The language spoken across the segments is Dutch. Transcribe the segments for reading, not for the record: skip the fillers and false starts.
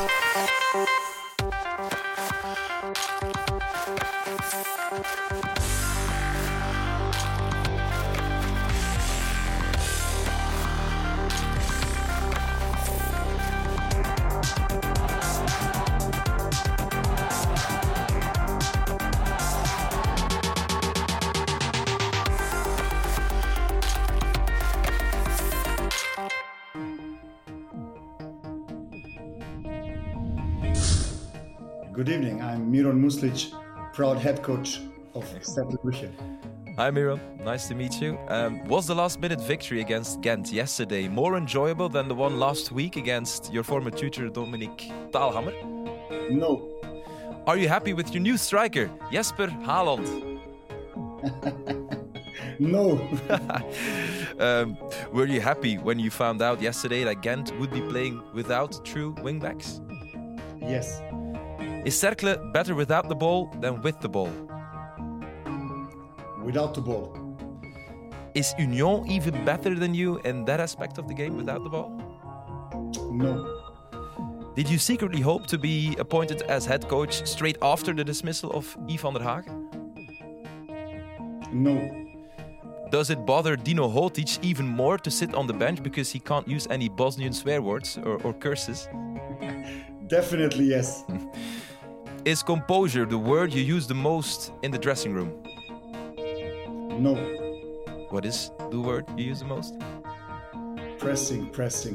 Good evening, I'm Miron Muslic, proud head coach of Cercle Brugge. Hi Miron, nice to meet you. Was the last-minute victory against Ghent yesterday more enjoyable than the one last week against your former tutor Dominique Thalhammer? No. Are you happy with your new striker, Jesper Haaland? No. Were you happy when you found out yesterday that Ghent would be playing without true wingbacks? Yes. Is Cercle better without the ball than with the ball? Without the ball. Is Union even better than you in that aspect of the game without the ball? No. Did you secretly hope to be appointed as head coach straight after the dismissal of Yves van der Hagen? No. Does it bother Dino Hotic even more to sit on the bench because he can't use any Bosnian swear words or curses? Definitely yes. Is composure the word you use the most in the dressing room? No. What is the word you use the most? Pressing.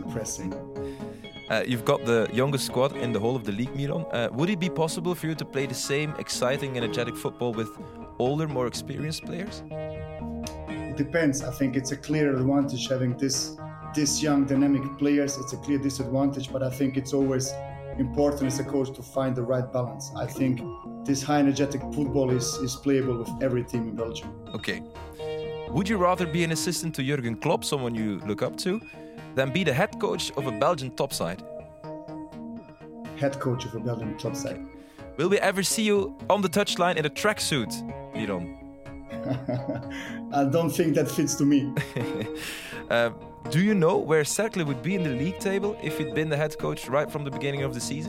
You've got the youngest squad in the whole of the league, Miron. Would it be possible for you to play the same exciting, energetic football with older, more experienced players? It depends. I think it's a clear advantage having this young, dynamic players. It's a clear disadvantage, but I think it's always important as a coach to find the right balance. I think this high energetic football is playable with every team in Belgium. Okay. Would you rather be an assistant to Jurgen Klopp, someone you look up to, than be the head coach of a Belgian top side? Head coach of a Belgian top side. Will we ever see you on the touchline in a tracksuit, Miron? I don't think that fits to me. Do you know where Cercle would be in the league table if you'd been the head coach right from the beginning of the season?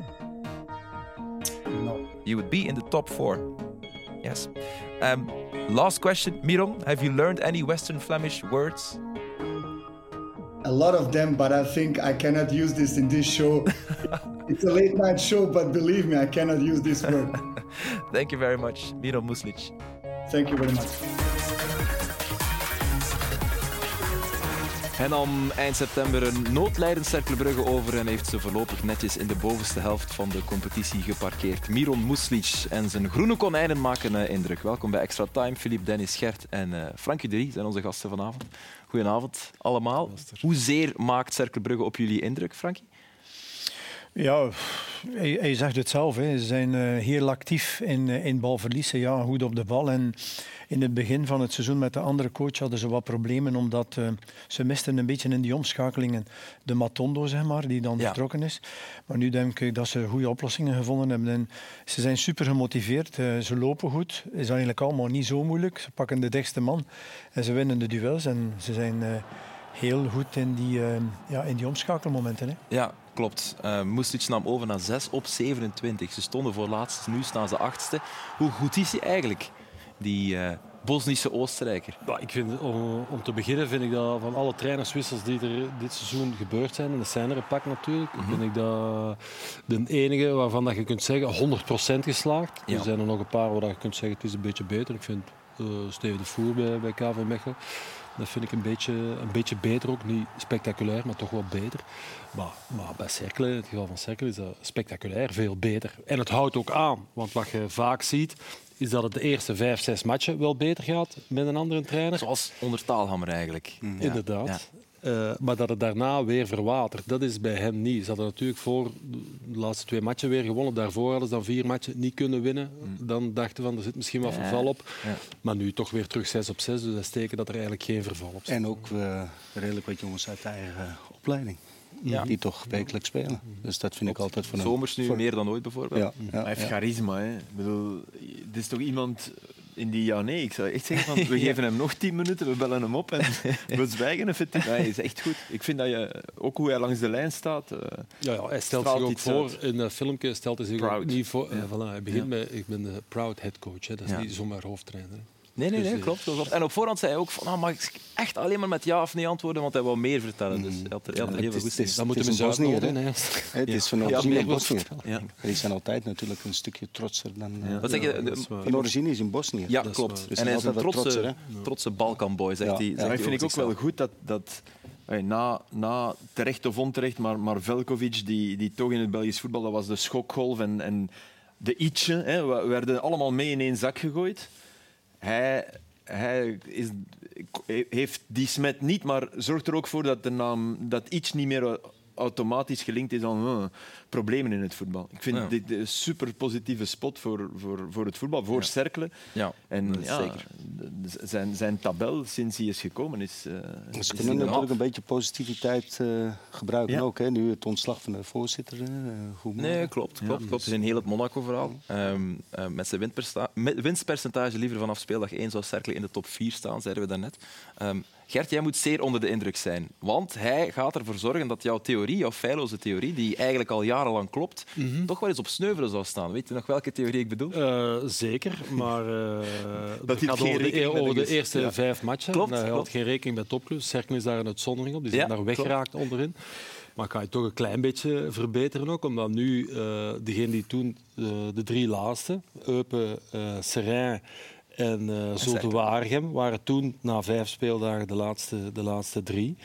No. You would be in the top 4. Yes. Last question, Miron. Have you learned any Western Flemish words? A lot of them, but I think I cannot use this in this show. It's a late night show, but believe me, I cannot use this word. Thank you very much, Miron Muslic. Thank you very much. Hij nam eind september een noodlijdend Cercle Brugge over en heeft ze voorlopig netjes in de bovenste helft van de competitie geparkeerd. Miron Muslic en zijn groene konijnen maken indruk. Welkom bij Extra Time. Philippe, Dennis, Gert en Frankie de Rie zijn onze gasten vanavond. Goedenavond allemaal. Hoezeer maakt Cercle Brugge op jullie indruk, Frankie? Ja, hij zegt het zelf. Hè. Ze zijn heel actief in balverliezen. Ja, goed op de bal. En in het begin van het seizoen met de andere coach hadden ze wat problemen, omdat ze misten een beetje in die omschakelingen de Matondo, zeg maar, die dan vertrokken is. Maar nu denk ik dat ze goede oplossingen gevonden hebben. En ze zijn super gemotiveerd. Ze lopen goed. Het is eigenlijk allemaal niet zo moeilijk. Ze pakken de dichtste man en ze winnen de duels. En ze zijn heel goed in die omschakelmomenten. Hè. Ja, klopt. Muslic nam over naar 6 op 27. Ze stonden voor laatst, nu staan ze 8e. Hoe goed is hij eigenlijk, die Bosnische Oostenrijker? Ja, ik vind, om te beginnen vind ik dat van alle trainerswissels die er dit seizoen gebeurd zijn, en dat zijn er een pak natuurlijk, vind ik dat de enige waarvan dat je kunt zeggen 100% geslaagd. Ja. Er zijn er nog een paar waar je kunt zeggen het is een beetje beter. Ik vind Steven de Voer bij KV Mechelen. Dat vind ik een beetje beter ook. Niet spectaculair, maar toch wel beter. Maar bij Cercle, in het geval van Cercle, is dat spectaculair veel beter. En het houdt ook aan. Want wat je vaak ziet, is dat het de eerste 5, 6 matchen wel beter gaat met een andere trainer. Zoals onder Thalhammer eigenlijk. Inderdaad. Ja. Maar dat het daarna weer verwatert, dat is bij hem niet. Ze hadden natuurlijk voor de laatste 2 matchen weer gewonnen. Daarvoor hadden ze dan 4 matchen niet kunnen winnen. Dan dachten van, er zit misschien wat verval op. Ja. Maar nu toch weer terug 6 op 6. Dus dat is teken dat er eigenlijk geen verval op zit. En ook redelijk wat jongens uit de eigen opleiding. Ja. Die toch wekelijks spelen. Dus dat vind ik altijd van Zomers nu meer dan ooit bijvoorbeeld. Ja. Ja. Hij heeft charisma. Hè. Ik bedoel, het is toch iemand ja, nee. Ik zou echt zeggen, van, we geven hem nog 10 minuten, we bellen hem op en we zwijgen even. Hij is echt goed. Ik vind dat je, ook hoe hij langs de lijn staat... hij stelt zich ook voor, in dat filmpje stelt hij zich ook niet voor... hij begint met, ik ben de proud head coach, hè. Dat is niet zomaar hoofdtrainer. Hè. Nee, klopt. En op voorhand zei hij ook van, mag ik echt alleen maar met ja of nee antwoorden, want hij wou meer vertellen. Dus hij had er heel veel goed in. Dan moeten we Bosnië, het is van origine in Bosnië. Die zijn altijd natuurlijk een stukje trotser dan... Wat zeg je? Van origine is in Bosnië. Ja, klopt. En hij is een trotse Balkanboy, zegt hij. Dat vind ik ook wel goed, dat na terecht of onterecht, maar Veljković, die toch in het Belgisch voetbal, dat was de schokgolf en de ietsje, we werden allemaal mee in één zak gegooid. Hij heeft die smet niet, maar zorgt er ook voor dat de naam dat iets niet meer automatisch gelinkt is aan problemen in het voetbal. Ik vind dit een super positieve spot voor het voetbal, voor Cercle. Ja, en zeker. Zijn tabel sinds hij is gekomen is... Ze kunnen natuurlijk een beetje positiviteit gebruiken ook. Hè? Nu het ontslag van de voorzitter. Klopt. Het is een heel het Monaco-verhaal. Met zijn winstpercentage liever vanaf speeldag 1 zou Cercle in de top 4 staan, zeiden we daarnet. Gert, jij moet zeer onder de indruk zijn. Want hij gaat ervoor zorgen dat jouw theorie, jouw feilloze theorie, die eigenlijk al jarenlang klopt, toch wel eens op sneuvelen zou staan. Weet je nog welke theorie ik bedoel? Zeker, maar dat gaat over de eerste 5 matchen. Klopt. Hij had geen rekening met topclubs. Cercle is daar een uitzondering op. Die zijn daar weggeraakt onderin. Maar kan je toch een klein beetje verbeteren ook, omdat nu degene die toen de 3 laatste, Eupen, Serijn en Zulte Waregem, waren toen na 5 speeldagen de laatste 3.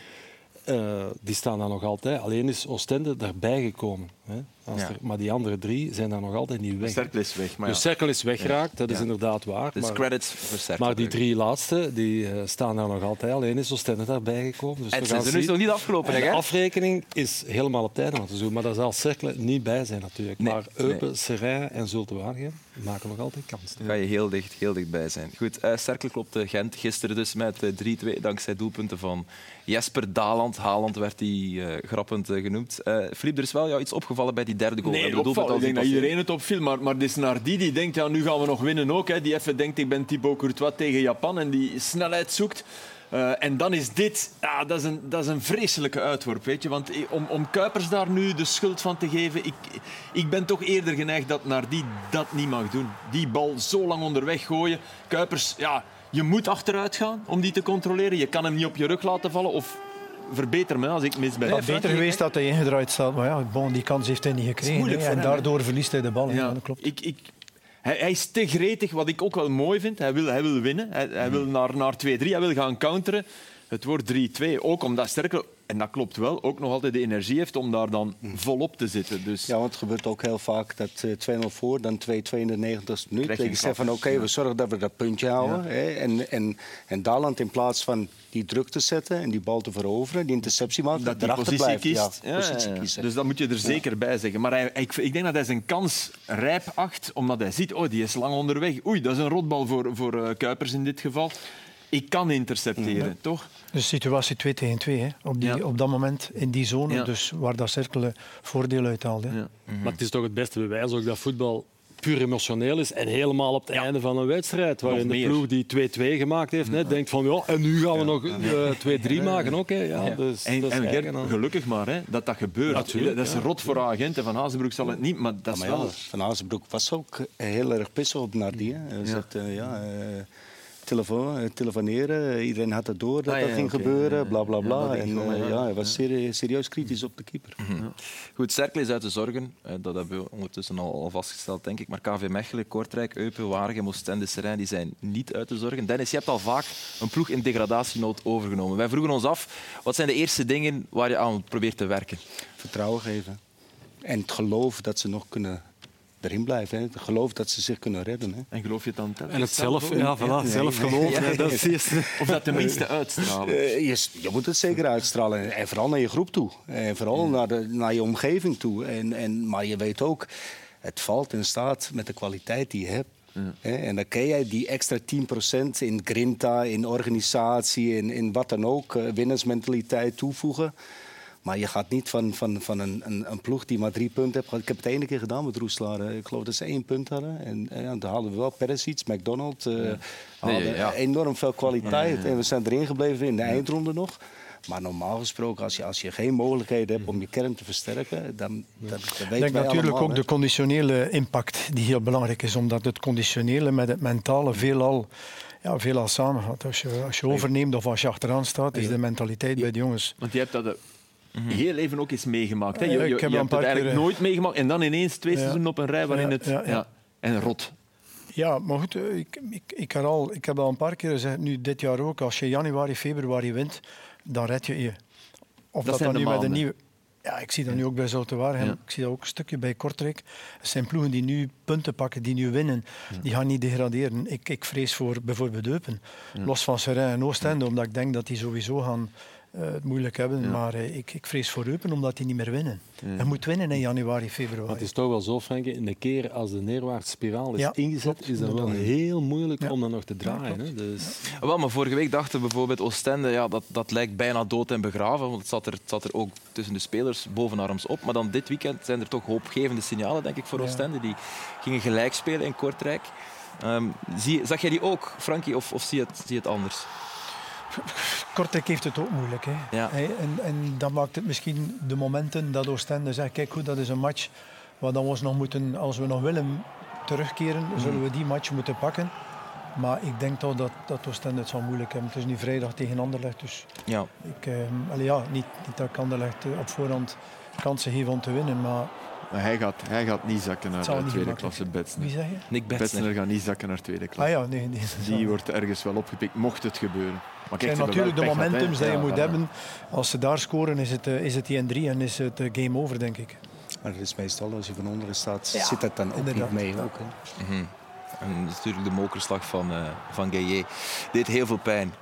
Die staan daar nog altijd. Alleen is Oostende daarbij gekomen. Hè? Maar die andere 3 zijn daar nog altijd niet weg. Cercle is weg. Dus Cercle is weggeraakt, dat is inderdaad waar. Dus credits voor Cercle. Maar die 3 laatste die staan daar nog altijd. Alleen is Oostende daarbij gekomen. Dus het seizoen is nog niet afgelopen. De afrekening is helemaal op tijd aan het doen. Maar daar zal Cercle niet bij zijn natuurlijk. Maar Eupen, Serijn en Zulte Waregem maken nog altijd kans. Daar ga je heel dichtbij zijn. Goed, Cercle klopte Gent gisteren dus met 3-2 dankzij doelpunten van Jesper Daland. Haaland werd hij grappend genoemd. Philippe, er is wel jou iets opgevallen bij die derde goal. Nee, ik denk dat iedereen het opviel, maar het is Nardi die denkt, nu gaan we nog winnen ook. Hè. Die even denkt, ik ben Thibaut Courtois tegen Japan en die snelheid zoekt. En dan is dit, dat is een vreselijke uitworp. Weet je? Want om Kuipers daar nu de schuld van te geven, ik ben toch eerder geneigd dat Nardi dat niet mag doen. Die bal zo lang onderweg gooien. Kuipers, je moet achteruit gaan om die te controleren. Je kan hem niet op je rug laten vallen of... Verbeter me als ik mis ben. Het is beter geweest dat hij ingedraaid staat, maar die kans heeft hij niet gekregen. En daardoor verliest hij de bal. Ja, dat klopt. Hij is te gretig, wat ik ook wel mooi vind. Hij wil winnen. Hij wil naar 2-3. Hij wil gaan counteren. Het wordt 3-2. Ook omdat Cercle, en dat klopt wel, ook nog altijd de energie heeft om daar dan volop te zitten. Dus... Ja, want het gebeurt ook heel vaak dat 2-0 voor, dan 2-2 in de 90ste minuut. Ik zeg van oké, we zorgen dat we dat puntje houden. Ja. Hè? En Daland in plaats van die druk te zetten en die bal te veroveren, die interceptie maken, dat die positie kiest. Positie kiezen. Dus dat moet je er zeker bij zeggen. Maar ik denk dat hij zijn kans rijp acht, omdat hij ziet, die is lang onderweg. Oei, dat is een rotbal voor Kuipers in dit geval. Ik kan intercepteren, toch? Dus situatie 2 tegen 2, hè? Op dat moment in die zone, dus waar dat Cercle voordeel uithaalde. Ja. Maar het is toch het beste bewijs ook dat voetbal puur emotioneel is en helemaal op het einde van een wedstrijd, waarin de ploeg die 2-2 gemaakt heeft, denkt van en nu gaan we nog 2-3 maken. Ook, hè. Ja, dus, en Gert, gelukkig maar dat gebeurt. Natuurlijk, dat is rot voor agenten. Van Hazenbroek zal het niet, maar dat is wel... Van Hazenbroek was ook heel erg pissig op Nardi. Hij zegt, telefoneren, iedereen had het door dat ging gebeuren, bla bla bla. Hij was serieus kritisch op de keeper. Goed, Cercle is uit de zorgen. Dat hebben we ondertussen al vastgesteld, denk ik. Maar KV Mechelen, Kortrijk, Eupen, Waregem, Oostende, Serijn, die zijn niet uit de zorgen. Dennis, je hebt al vaak een ploeg in degradatienood overgenomen. Wij vroegen ons af, wat zijn de eerste dingen waar je aan probeert te werken? Vertrouwen geven. En het geloof dat ze nog kunnen... erin blijven. Hè. Het geloof dat ze zich kunnen redden. Hè. En geloof je het dan? En het zelf geloven. Dat is of dat tenminste uitstralen. Je moet het zeker uitstralen. En vooral naar je groep toe. En vooral naar je omgeving toe. Maar je weet ook, het valt in staat met de kwaliteit die je hebt. En dan kan jij die extra 10% in grinta, in organisatie, in wat dan ook, winnersmentaliteit toevoegen. Maar je gaat niet van een ploeg die maar 3 punten heeft gehad. Ik heb het 1 keer gedaan met Roeslaar. Ik geloof dat ze 1 punt hadden. En dan hadden we wel Perisic, McDonald. Enorm veel kwaliteit. En we zijn erin gebleven in de eindronde nog. Maar normaal gesproken, als je geen mogelijkheden hebt om je kern te versterken, dan weten wij Ik denk natuurlijk allemaal, ook de conditionele impact die heel belangrijk is. Omdat het conditionele met het mentale veelal samen gaat. Als je overneemt of als je achteraan staat, is de mentaliteit bij de jongens. Want je hebt dat heel even ook eens meegemaakt. Hè? Ja, ik Je heb hebt het eigenlijk nooit meegemaakt. En dan ineens 2 seizoenen op een rij waarin het... Ja. En rot. Ja, maar goed, ik heb al een paar keer gezegd, nu dit jaar ook, als je januari, februari wint, dan red je je. Of Dat zijn dan de nu met maanden. een nieuwe... Ja, ik zie dat nu ook bij Zoutwaregem. Ja. Ik zie dat ook een stukje bij Kortrijk. Het zijn ploegen die nu punten pakken, die nu winnen. Die gaan niet degraderen. Ik vrees voor bijvoorbeeld Eupen. Los van Seraing en Oostende, omdat ik denk dat die sowieso gaan het moeilijk hebben. Ja. Maar ik vrees voor Eupen, omdat die niet meer winnen. Je moet winnen in januari, februari. Maar het is toch wel zo, Frankie, in de keer als de neerwaartse spiraal is Ja, ingezet, klopt, is dat wel inderdaad. heel moeilijk Ja. om dat nog te draaien. Ja, hè? Dus... Wel, maar vorige week dachten we bijvoorbeeld Oostende, dat lijkt bijna dood en begraven. Want het zat er ook tussen de spelers bovenarms op. Maar dan dit weekend zijn er toch hoopgevende signalen, denk ik, voor Oostende. Die gingen gelijk spelen in Kortrijk. Zag jij die ook, Frankie, of zie je het anders? Kortrijk heeft het ook moeilijk. Hè. Ja. En dat maakt het misschien de momenten dat Oostende zegt, kijk goed, dat is een match waar dan we ons nog moeten, als we nog willen terugkeren, zullen we die match moeten pakken. Maar ik denk toch dat Oostende het zal moeilijk hebben. Het is nu vrijdag tegen Anderlecht, dus Ja. niet dat ik Anderlecht op voorhand kansen geef om te winnen, maar Maar hij gaat niet zakken naar het zal de niet tweede gemakkelijk klasse, Betsner. Wie zeg je? Nick Betsner. Betsner gaat niet zakken naar tweede klasse. Ah ja, nee. Die wordt ergens wel opgepikt, mocht het gebeuren. Maar Het kijk, zijn ze hebben natuurlijk de wel pech momentums gehad, dat hè. je moet Ja, hebben. Als ze daar scoren, is het 1-3 en is het game over, denk ik. Maar het is meestal, als je van onderen staat, Ja, zit dat dan ook inderdaad. niet mee. Ook, hè. En natuurlijk de mokerslag van Gueye deed heel veel pijn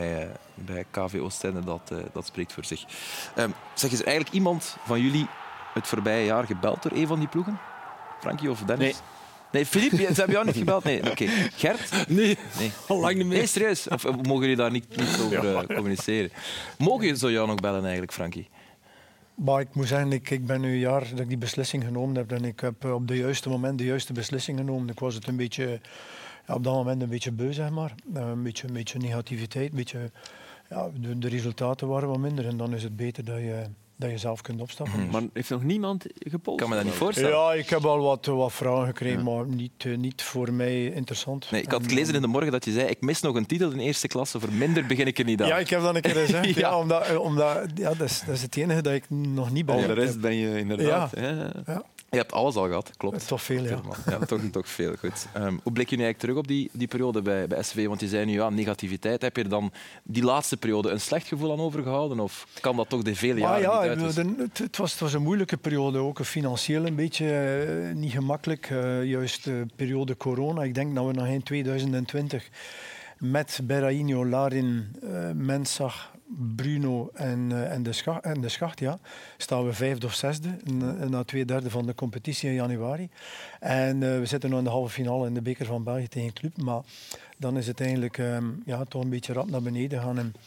bij KV Oostende. Dat spreekt voor zich. Zeg, is er eigenlijk iemand van jullie het voorbije jaar gebeld door een van die ploegen? Frankie of Dennis? Nee, Filip, ze hebben jou niet gebeld? Nee, oké. Gert? Nee, Nee. al lang niet meer. Nee, serieus? Of mogen jullie daar niet over communiceren? Mogen ze jou nog bellen eigenlijk, Frankie? Maar ik moet zeggen, ik ben nu een jaar dat ik die beslissing genomen heb. En ik heb op de juiste moment de juiste beslissing genomen. Ik was het een beetje, op dat moment een beetje beu, zeg maar. Een beetje negativiteit. Een beetje, de resultaten waren wat minder. En dan is het beter dat je zelf kunt opstappen. Maar heeft nog niemand gepolst? Ik kan me dat niet voorstellen. Ja, ik heb al wat vragen gekregen, maar niet voor mij interessant. Nee, ik had gelezen in de morgen dat je zei, ik mis nog een titel in eerste klasse, voor minder begin ik er niet aan. Ja, ik heb dat een keer gezegd. Ja. Omdat dat is het enige dat ik nog niet Al bij de heb. rest ben je inderdaad... Ja. hè. Ja, Je hebt alles al gehad, klopt. toch veel, ja. Ja, toch veel. Goed. Hoe blik je nu eigenlijk terug op die periode bij SV? Want je zei nu, negativiteit. Heb je er dan die laatste periode een slecht gevoel aan overgehouden? Of kan dat toch de vele jaren niet uit? Het was een moeilijke periode, ook financieel een beetje niet gemakkelijk. Juist de periode corona. Ik denk dat we nog in 2020 met Berrainho, Larin, Mensah, Bruno en de Schacht, staan we 5e of 6e na 2/3 van de competitie in januari. En we zitten nu in de halve finale in de beker van België tegen Club. Maar dan is het eigenlijk toch een beetje rap naar beneden gaan. En,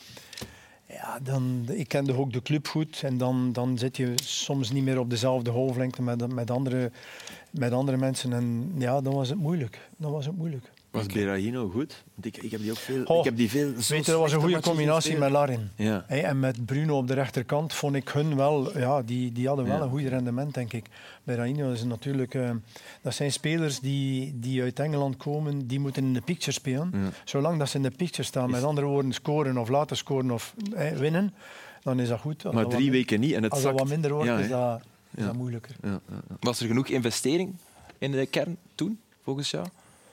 ik kende ook de club goed en dan zit je soms niet meer op dezelfde golflengte met andere mensen. En dan was het moeilijk. Was Berahino goed? Want ik heb die ook veel... Goh, ik heb die veel Weet je, dat was een goede combinatie met Larin. Ja. En met Bruno op de rechterkant vond ik hun wel... die hadden wel een goed rendement, denk ik. Bij Rainho is natuurlijk... dat zijn spelers die uit Engeland komen, die moeten in de picture spelen. Ja. Zolang dat ze in de picture staan, met andere woorden, scoren of laten scoren of winnen, dan is dat goed. Als Maar dat 3 wat, weken niet en het als zakt. dat wat minder wordt, Ja, is hè. dat moeilijker. Ja. Was er genoeg investering in de kern toen, volgens jou?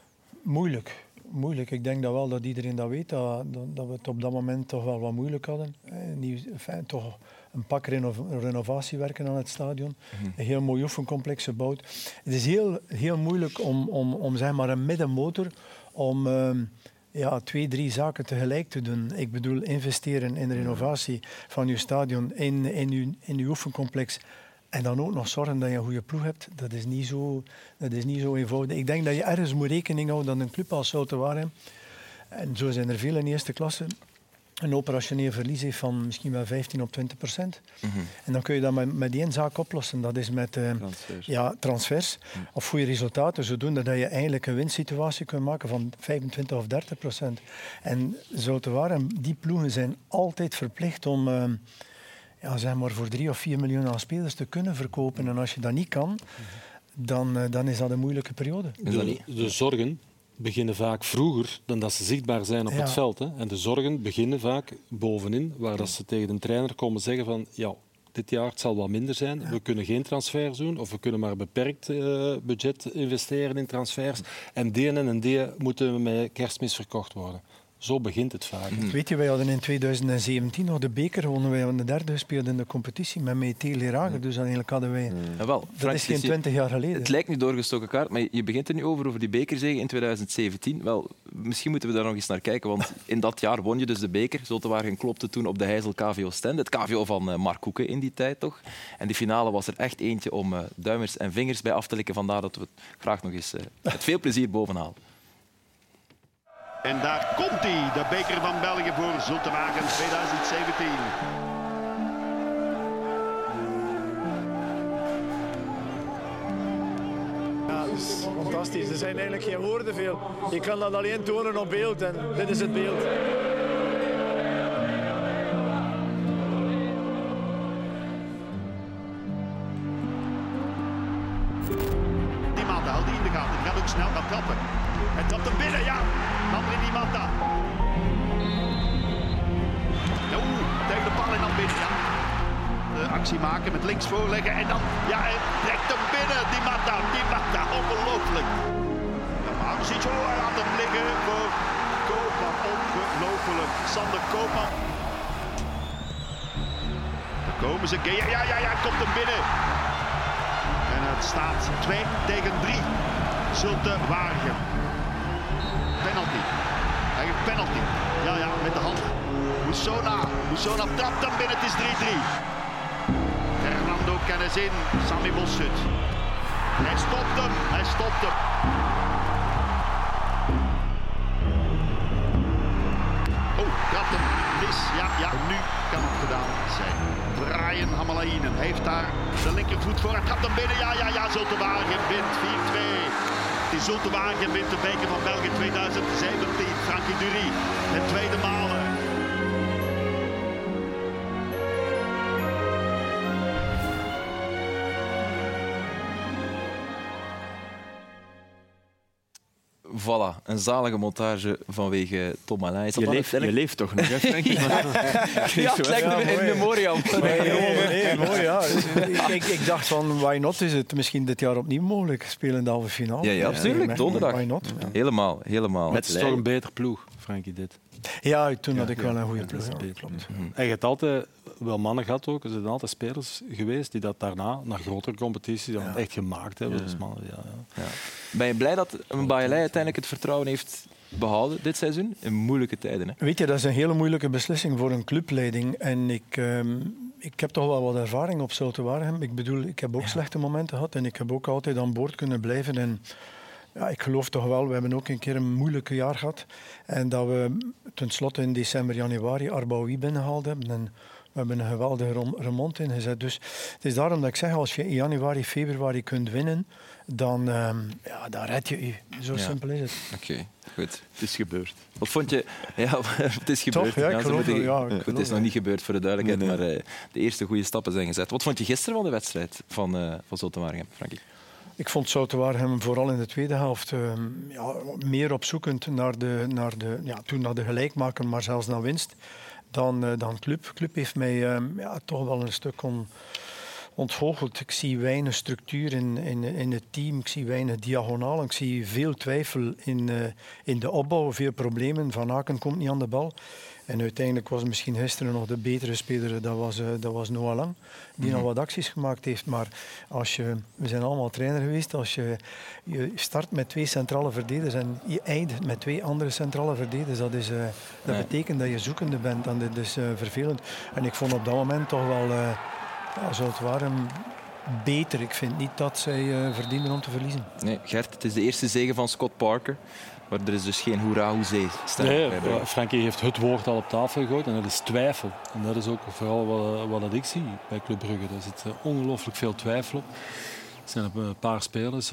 Moeilijk. Ik denk dat wel dat iedereen dat weet, dat we het op dat moment toch wel wat moeilijk hadden. Toch een pak renovatiewerken aan het stadion. Een heel mooi oefencomplex gebouwd. Het is heel moeilijk om zeg maar een middenmotor om 2, 3 zaken tegelijk te doen. Ik bedoel, investeren in de renovatie van je stadion, in je oefencomplex. En dan ook nog zorgen dat je een goede ploeg hebt, dat is niet zo eenvoudig. Ik denk dat je ergens moet rekening houden dat een club als Zoutwaregem, en zo zijn er veel in de eerste klasse, een operationeel verlies heeft van misschien wel 15 of 20%. En dan kun je dat met één zaak oplossen. Dat is met transfers of goede resultaten, zodoende dat je eigenlijk een winstsituatie kunt maken van 25 of 30%. En Zulte-Waregem, die ploegen zijn altijd verplicht om zeg maar voor 3 of 4 miljoen aan spelers te kunnen verkopen. En als je dat niet kan, dan is dat een moeilijke periode. De zorgen beginnen vaak vroeger dan dat ze zichtbaar zijn op het veld. Hè. En de zorgen beginnen vaak bovenin, waar dat ze tegen een trainer komen zeggen van dit jaar het zal wat minder zijn, we kunnen geen transfers doen of we kunnen maar beperkt budget investeren in transfers en die en die moeten met Kerstmis verkocht worden. Zo begint het vaak. Weet je, wij hadden in 2017 nog de beker gewonnen. Wij hadden de derde gespeeld in de competitie met MET Lerager. Dus eigenlijk hadden wij... Wel, dat is geen 20 jaar geleden. Het lijkt nu doorgestoken kaart, maar je begint er nu over die bekerzege in 2017. Wel, misschien moeten we daar nog eens naar kijken, want in dat jaar won je dus de beker. Zulte-Waregem klopte toen op de Heysel KV Oostende. Het KVO van Mark Koeken in die tijd, toch? En die finale was er echt eentje om duimers en vingers bij af te likken. Vandaar dat we het graag nog eens met veel plezier bovenhalen. En daar komt hij, de beker van België voor Zulte-Waregem 2017. Ja, dat is fantastisch. Er zijn eigenlijk geen woorden veel. Je kan dat alleen tonen op beeld en dit is het beeld. Die man houdt die in de gaten. Die gaat ook snel gaan trappen. Hij trapt hem binnen, ja. André Di Matta. Tegen de paal en dan binnen, ja. De actie maken met links voorleggen en dan, hij trekt hem binnen. Di Matta, ongelooflijk. Maar hij laat hem liggen voor Koopman, ongelooflijk. Sander Koopman. Daar komen ze, ja, komt hem binnen. En het staat 2-3. Zulte-Waregem. Penalty. Hij heeft penalty. Ja, met de hand. Moussona trapt hem binnen. Het is 3-3. Fernando Kennesin. Sammy Bossut. Hij stopt hem. Trapt hem. Mis. Ja. Nu kan het gedaan zijn. Brian Hamalainen heeft daar de linkervoet voor. Hij trapt hem binnen. Ja. Zulte-Waregem wint 4-2. Die Zulte-Waregem wint de beker van België 2017. Frankie Dury, het tweede malen. Voilà, een zalige montage vanwege Tom Alain. Je leeft toch nog, hè, Frankie? Ja, het lijkt me in memoriam. Nee, mooi, ja. Ik dacht van, why not is het misschien dit jaar opnieuw mogelijk spelen in de halve finale. Ja, natuurlijk, donderdag. Why not? Ja. Helemaal. Het is toch een beter ploeg, Frankie, dit. Ja, toen had ik wel een goede ploeg. Ja, klopt. En je hebt altijd wel mannen gehad ook. Er zijn altijd spelers geweest die dat daarna, naar grotere competities, echt gemaakt hebben. Dus mannen, ja. Ben je blij dat Mbaye uiteindelijk het vertrouwen heeft behouden dit seizoen? In moeilijke tijden. Hè? Weet je, dat is een hele moeilijke beslissing voor een clubleiding. En ik heb toch wel wat ervaring op Zulte-Waregem. Ik bedoel, ik heb ook slechte momenten gehad en ik heb ook altijd aan boord kunnen blijven. En ja, ik geloof toch wel, we hebben ook een keer een moeilijke jaar gehad. En dat we tenslotte in december, januari Arbaoui binnengehaald hebben. En we hebben een geweldige remont ingezet. Dus het is daarom dat ik zeg, als je in januari, februari kunt winnen, dan red je je. Zo simpel is het. Oké, goed. Het is gebeurd. Wat vond je... Ja, het is gebeurd. Toch? Ja, ik geloof het. Het is nog niet gebeurd voor de duidelijkheid, maar de eerste goede stappen zijn gezet. Wat vond je gisteren van de wedstrijd van Zulte-Waregem, Frankie? Ik vond Zulte-Waregem vooral in de tweede helft meer opzoekend naar de gelijkmaker, maar zelfs naar winst, dan Club. Club heeft mij toch wel een stuk ontgoocheld. Ik zie weinig structuur in het team, ik zie weinig diagonaal, ik zie veel twijfel in de opbouw, veel problemen. Van Aken komt niet aan de bal. En uiteindelijk was misschien gisteren nog de betere speler, dat was Noah Lang, die nog wat acties gemaakt heeft. Maar we zijn allemaal trainer geweest, als je start met 2 centrale verdedigers en je eindigt met 2 andere centrale verdedigers, dat betekent dat je zoekende bent en dit is vervelend. En ik vond op dat moment toch wel, Zulte-Waregem beter. Ik vind niet dat zij verdienen om te verliezen. Nee, Gert, het is de eerste zege van Scott Parker. Maar er is dus geen hoera hoezee. Nee, Frankie heeft het woord al op tafel gegooid en dat is twijfel. En dat is ook vooral wat ik zie bij Club Brugge. Daar zit ongelooflijk veel twijfel op. Er zijn een paar spelers,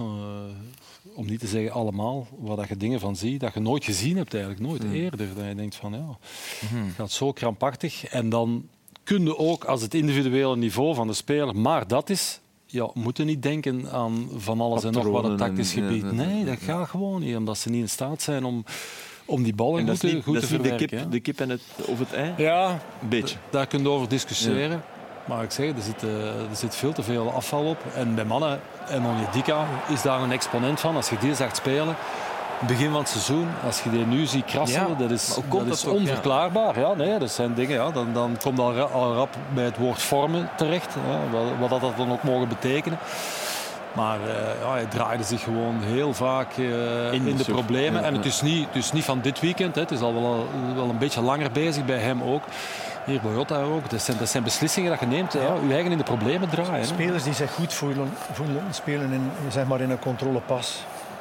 om niet te zeggen allemaal, waar je dingen van ziet dat je nooit gezien hebt eigenlijk. Nooit eerder. Dat je denkt van het gaat zo krampachtig. En dan kun je ook als het individuele niveau van de speler maar dat is... Ja, moeten niet denken aan van alles en nog wat een tactisch gebied. Nee, dat gaat gewoon niet. Omdat ze niet in staat zijn om die ballen goed te verwerken. De kip en het ei? Ja, een beetje. Daar kun je over discussiëren. Ja. Maar ik zeg, er zit veel te veel afval op. En bij mannen, en Onyedika is daar een exponent van. Als je die zag spelen, begin van het seizoen, als je die nu ziet krassen, dat is onverklaarbaar. Ja, nee, dat zijn dingen. Ja, dan komt al rap bij het woord vormen terecht. Ja, wat dat dan ook mogen betekenen. Maar hij draaide zich gewoon heel vaak in de problemen. En het is niet van dit weekend. Hè. Het is al wel een beetje langer bezig bij hem ook. Hier, Boyata ook. Dat zijn beslissingen dat je neemt. Ja, je eigen in de problemen draaien. Spelers die zich goed voelen spelen in een controlepas.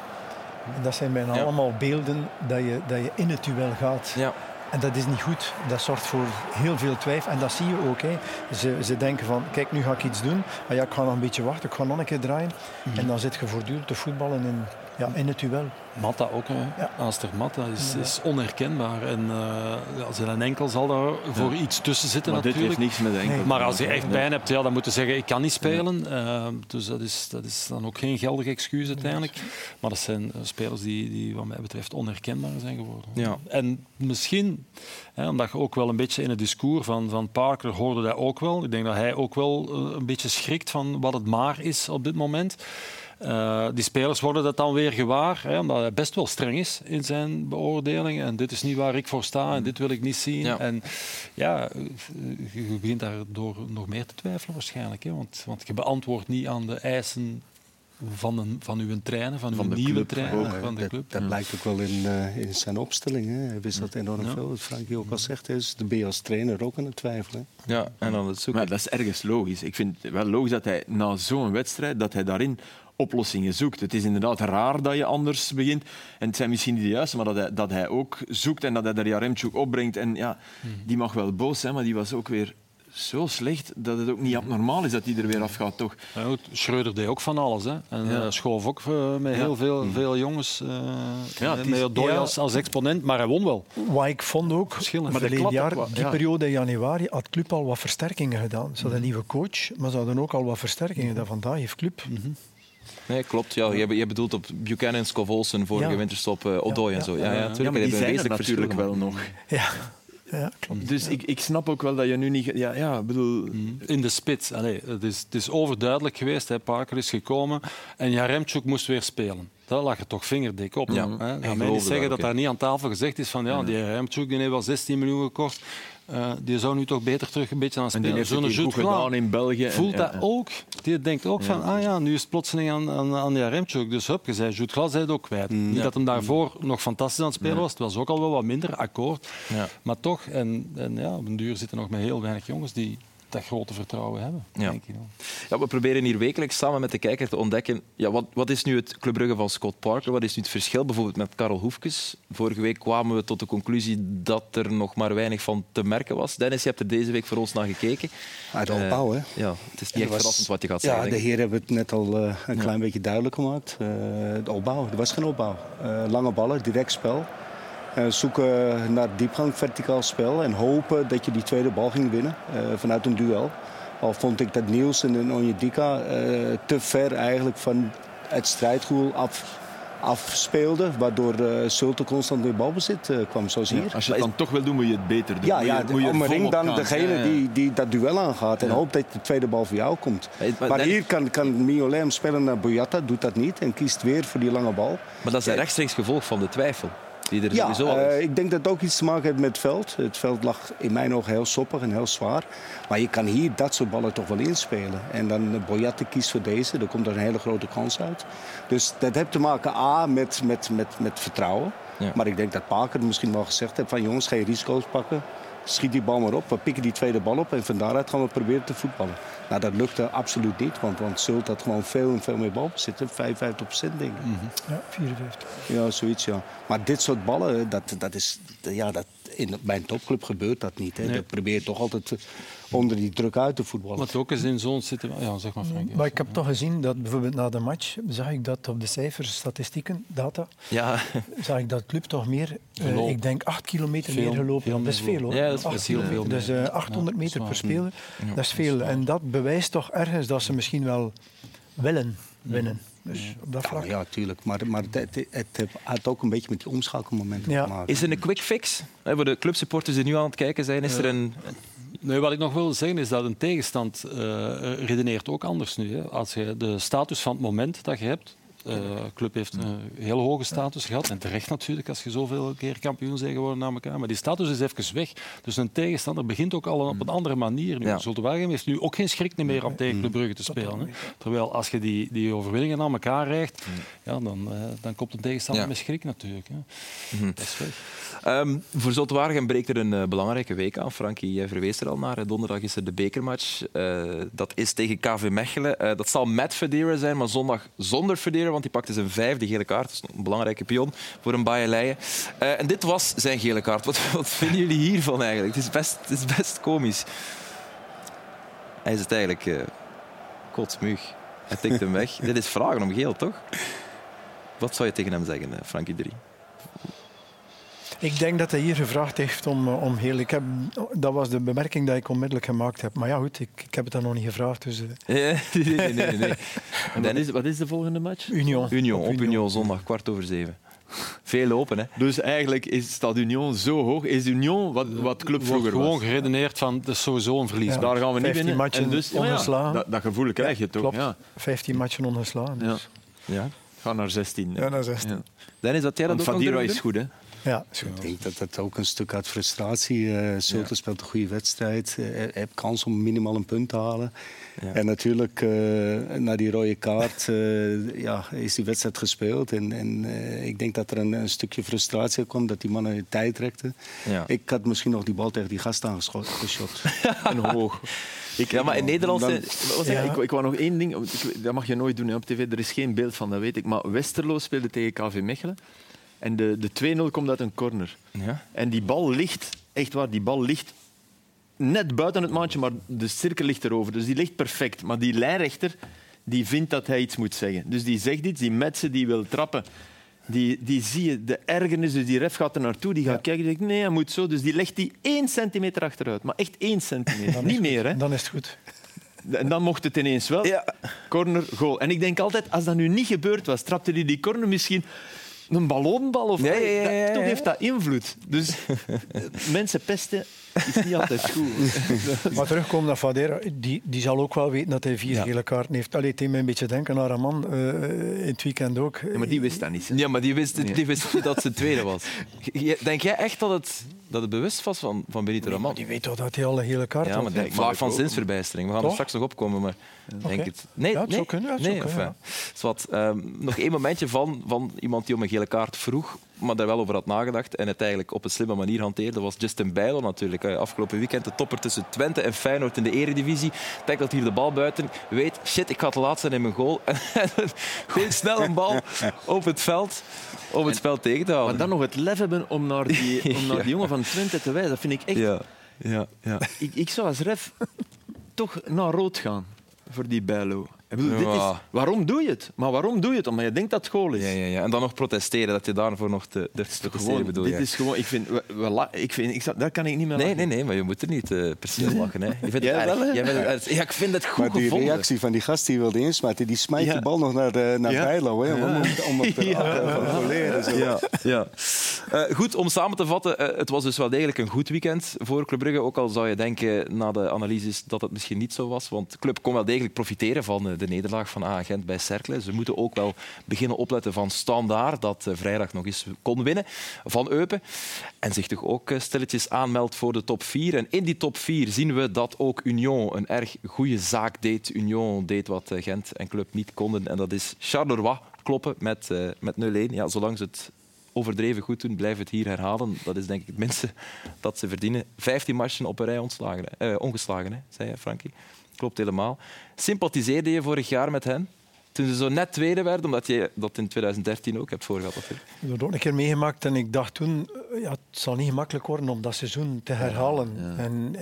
Dat zijn bijna allemaal beelden dat je in het duel gaat. Ja. En dat is niet goed. Dat zorgt voor heel veel twijfel. En dat zie je ook. Hè. Ze denken van, kijk, nu ga ik iets doen. Maar ik ga nog een beetje wachten. Ik ga nog een keer draaien. En dan zit je voortdurend te voetballen in het duel. Matta ook. Aster Matta is onherkenbaar. En zijn enkel zal daar voor iets tussen zitten maar natuurlijk. Dit heeft niks met de enkel. Maar als je echt pijn hebt, dan moet je zeggen, ik kan niet spelen. Dus dat is dan ook geen geldig excuus uiteindelijk. Maar dat zijn spelers die wat mij betreft onherkenbaar zijn geworden. Ja. En misschien, omdat je ook wel een beetje in het discours van Parker hoorde dat ook wel. Ik denk dat hij ook wel een beetje schrikt van wat het maar is op dit moment. Die spelers worden dat dan weer gewaar, omdat hij best wel streng is in zijn beoordeling. En dit is niet waar ik voor sta en dit wil ik niet zien. Ja. En je begint daardoor nog meer te twijfelen waarschijnlijk. Want je beantwoordt niet aan de eisen van uw trainer, van uw nieuwe trainer, van de club. Dat blijkt ook wel in zijn opstelling. Hè. Hij wist dat enorm veel. Wat Frankie ook al zegt, dan ben je als trainer ook aan het twijfelen. Ja, en dan het zoeken. Maar dat is ergens logisch. Ik vind het wel logisch dat hij na zo'n wedstrijd, dat hij daarin oplossingen zoekt. Het is inderdaad raar dat je anders begint. En het zijn misschien niet de juiste, maar dat hij ook zoekt en dat hij daar Yaremchuk opbrengt. En die mag wel boos zijn, maar die was ook weer zo slecht dat het ook niet abnormaal is dat hij er weer afgaat, toch? Ja, Schreuder deed ook van alles. Hè. En schoof ook met heel veel jongens. Met Dooi als exponent, maar hij won wel. Wat ik vond ook, verleden jaar, die periode in januari, had Club al wat versterkingen gedaan. Ze hadden een nieuwe coach, maar ze hadden ook al wat versterkingen gedaan. Vandaag heeft Club... Nee, klopt. Ja. Je bedoelt op Buchanan, Scov Olsen, vorige winterstop, Odoi en zo. Ja, maar die zijn er natuurlijk wel nog. Ja. Ja, klopt. Dus ik snap ook wel dat je nu niet... bedoel... In de spits. Het is overduidelijk geweest. Hè. Parker is gekomen en Yaremchuk moest weer spelen. Daar lag je toch vingerdik op. Ja. Ga mij niet zeggen dat daar niet aan tafel gezegd is van die Yaremchuk die heeft wel 16 miljoen gekost. Die zou nu toch beter terug een beetje aan spelen. En die heeft het goed gedaan in België. Voelt dat ook. Die denkt ook van, nu is het plotseling aan de Yaremchuk. Dus je zei, Jude Glas zei het ook kwijt. Niet dat hem daarvoor nog fantastisch aan het spelen was. Het was ook al wel wat minder, akkoord. Ja. Maar toch, en op een duur zitten nog met heel weinig jongens die dat grote vertrouwen hebben. Ja. Denk ik dan. Ja, we proberen hier wekelijks samen met de kijker te ontdekken, wat is nu het Club Brugge van Scott Parker? Wat is nu het verschil bijvoorbeeld met Karel Hoefkes? Vorige week kwamen we tot de conclusie dat er nog maar weinig van te merken was. Dennis, je hebt er deze week voor ons naar gekeken. Uit de opbouw, hè? Ja, het is niet echt verrassend wat je gaat zeggen. Ja, de heren hebben het net al een klein beetje duidelijk gemaakt. De opbouw, er was geen opbouw. Lange ballen, direct spel. Zoeken naar diepgang, verticaal spel en hopen dat je die tweede bal ging winnen vanuit een duel. Al vond ik dat Niels en Onyedika te ver eigenlijk van het strijdgevoel afspeelde, waardoor Zulte constant in balbezit kwam, zoals hier. Als je het dan toch wil doen, moet je het beter doen. Omring dan degene die dat duel aangaat en hoopt dat de tweede bal voor jou komt. Maar hier kan Mignolet spelen naar Boyata, doet dat niet en kiest weer voor die lange bal. Maar dat is een rechtstreeks gevolg van de twijfel. Ik denk dat het ook iets te maken heeft met het veld. Het veld lag in mijn ogen heel soppig en heel zwaar. Maar je kan hier dat soort ballen toch wel inspelen. En dan Boyata kiest voor deze, dan komt er een hele grote kans uit. Dus dat heeft te maken met vertrouwen. Ja. Maar ik denk dat Parker misschien wel gezegd heeft van jongens, geen risico's pakken. schiet die bal maar op. We pikken die tweede bal op en van daaruit gaan we proberen te voetballen. Nou, dat lukte absoluut niet, want Zult had gewoon veel meer balbezit. 55% denk ik. Ja, 54. Ja, zoiets, ja. Maar dit soort ballen, bij een topclub gebeurt dat niet. Hè. Nee. Dat probeer je toch altijd onder die druk uit te voetballen. Maar ook eens in zo'n situatie... Ja, zeg maar Frank. Maar ik heb toch gezien dat bijvoorbeeld na de match, zag ik dat op de cijfers, statistieken, data, zag ik dat club toch meer, ik denk 8 kilometer meer gelopen. Dat is veel hoor. Ja, dat is heel veel. Dus 800 meter per speler, dat is veel. En dat bewijst toch ergens dat ze misschien wel willen winnen. Dus op dat vlak. Ja, tuurlijk. Maar het had ook een beetje met die omschakelmomenten te maken. Is er een quick fix? Voor de clubsupporters die nu aan het kijken zijn, is er een... Nee, wat ik nog wil zeggen is dat een tegenstand redeneert ook anders nu. Hè. Als je de status van het moment dat je hebt... De club heeft een heel hoge status gehad. En terecht natuurlijk, als je zoveel keer kampioen bent geworden na elkaar. Maar die status is even weg. Dus een tegenstander begint ook al op een andere manier. Nu, Zulte Waregem heeft nu ook geen schrik meer om tegen Club Brugge te spelen. Hè. Terwijl als je die overwinningen aan elkaar rijgt, dan komt een tegenstander met schrik natuurlijk. Hè. Dat is weg. Voor Zulte Waregem breekt er een belangrijke week aan. Frankie, jij verwees er al naar. Donderdag is er de bekermatch. Dat is tegen KV Mechelen. Dat zal met Federa zijn, maar zondag zonder Federa. Want die pakte zijn 5e gele kaart. Dat is een belangrijke pion voor een Baye Leije. En dit was zijn gele kaart. Wat vinden jullie hiervan eigenlijk? Het is best komisch. Hij is het eigenlijk kotsmuug. Hij tikt hem weg. Dit is vragen om geel, toch? Wat zou je tegen hem zeggen, Frankie 3? Ik denk dat hij hier gevraagd heeft om heel... Dat was de bemerking die ik onmiddellijk gemaakt heb. Maar ja, goed, ik heb het dan nog niet gevraagd. Dus, Nee. En wat is de volgende match? Union. Op Union, zondag, 6:15. Veel lopen, hè? Dus eigenlijk staat Union zo hoog. Is Union wat club vroeger was? Gewoon geredeneerd van, dat is sowieso een verlies. Ja. Daar gaan we niet 15 winnen. matchen En dus, ongeslagen. Dat gevoel krijg je toch? Klopt. Ja. 15 matchen ongeslagen. Dus. Ja. Ga naar 16. Ja, naar 16. Ja. Dennis, dat jij dat ook nog Fadira durft is goed, hè? Ja, Ik denk dat het ook een stuk uit frustratie. Zulte speelt een goede wedstrijd. Heeft kans om minimaal een punt te halen. Ja. En natuurlijk, na die rode kaart is die wedstrijd gespeeld. En ik denk dat er een stukje frustratie kwam, dat die mannen de tijd rekten. Ja. Ik had misschien nog die bal tegen die gast aangeschot. En hoog. Maar in Nederland... Ik wou nog één ding. Dat mag je nooit doen op tv. Er is geen beeld van, dat weet ik. Maar Westerlo speelde tegen KV Mechelen. En de 2-0 komt uit een corner. Ja. En die bal ligt, echt waar, die bal ligt net buiten het maandje, maar de cirkel ligt erover. Dus die ligt perfect. Maar die lijnrechter, die vindt dat hij iets moet zeggen. Dus die zegt iets, die Metsen, die wil trappen. Die zie je, de ergernis, dus die ref gaat er naartoe, die gaat kijken, die zegt nee, hij moet zo. Dus die legt die 1 centimeter achteruit. Maar echt 1 centimeter, niet meer. Hè? Dan is het goed. En dan mocht het ineens wel. Ja. Corner, goal. En ik denk altijd, als dat nu niet gebeurd was, trapte hij die corner misschien... Een ballonbal of toch heeft dat invloed. Dus mensen pesten is niet altijd goed. Maar terugkomen naar Fadera, die zal ook wel weten dat hij 4 gele kaarten heeft. Allee, het deed mij een beetje denken aan Raman in het weekend ook. Ja, maar die wist dat niet. Hè? Ja, maar die wist niet dat ze tweede was. Denk jij echt dat het bewust was van Benito Raman? Die weet toch dat hij al een gele kaart had? Ja, maar vaak van zinsverbijstering. We gaan er straks nog opkomen, maar denk het... Nee, het zou kunnen. Nog één momentje van iemand die om een gele kaart vroeg, maar daar wel over had nagedacht en het eigenlijk op een slimme manier hanteerde, was Justin Bijlo natuurlijk. Afgelopen weekend de topper tussen Twente en Feyenoord in de Eredivisie. Tackelt hier de bal buiten. Weet, shit, ik ga te laat zijn in mijn goal. En gooit snel een bal op het veld om het spel tegen te houden. Maar dan nog het lef hebben om naar die jongen van Twente te wijzen, dat vind ik echt... Ja. Ik zou als ref toch naar rood gaan voor die Bijlo. Waarom doe je het? Maar waarom doe je het? Omdat je denkt dat het goal is. Ja. En dan nog protesteren, dat je daarvoor nog te protesteren bedoel je. Dit is gewoon... Daar kan ik niet meer lachen. Nee, maar je moet er niet precies lachen. Hè. Je vindt het erg. Ja, ik vind het goed maar die gevonden. reactie van die gast die wilde insmijten, die smijt de bal nog naar Bijlo. Hè, om het te controleren. Ja. Goed, om samen te vatten, het was dus wel degelijk een goed weekend voor Club Brugge. Ook al zou je denken na de analyses dat het misschien niet zo was. Want de club kon wel degelijk profiteren van de nederlaag van AA Gent bij Cercle. Ze moeten ook wel beginnen opletten van Standaard, dat vrijdag nog eens kon winnen van Eupen. En zich toch ook stilletjes aanmeldt voor de top 4. En in die top 4 zien we dat ook Union een erg goede zaak deed. Union deed wat Gent en club niet konden. En dat is Charleroi kloppen met 0-1. Ja, zolang ze het overdreven goed doen, blijf het hier herhalen. Dat is denk ik het minste dat ze verdienen. 15 matchen op een rij ongeslagen, hè, zei je, Frankie. Klopt helemaal. Sympathiseerde je vorig jaar met hen? Toen ze zo net tweede werden, omdat je dat in 2013 ook hebt voorgehad. Ik heb dat ook een keer meegemaakt en ik dacht toen, het zal niet gemakkelijk worden om dat seizoen te herhalen. Ja. En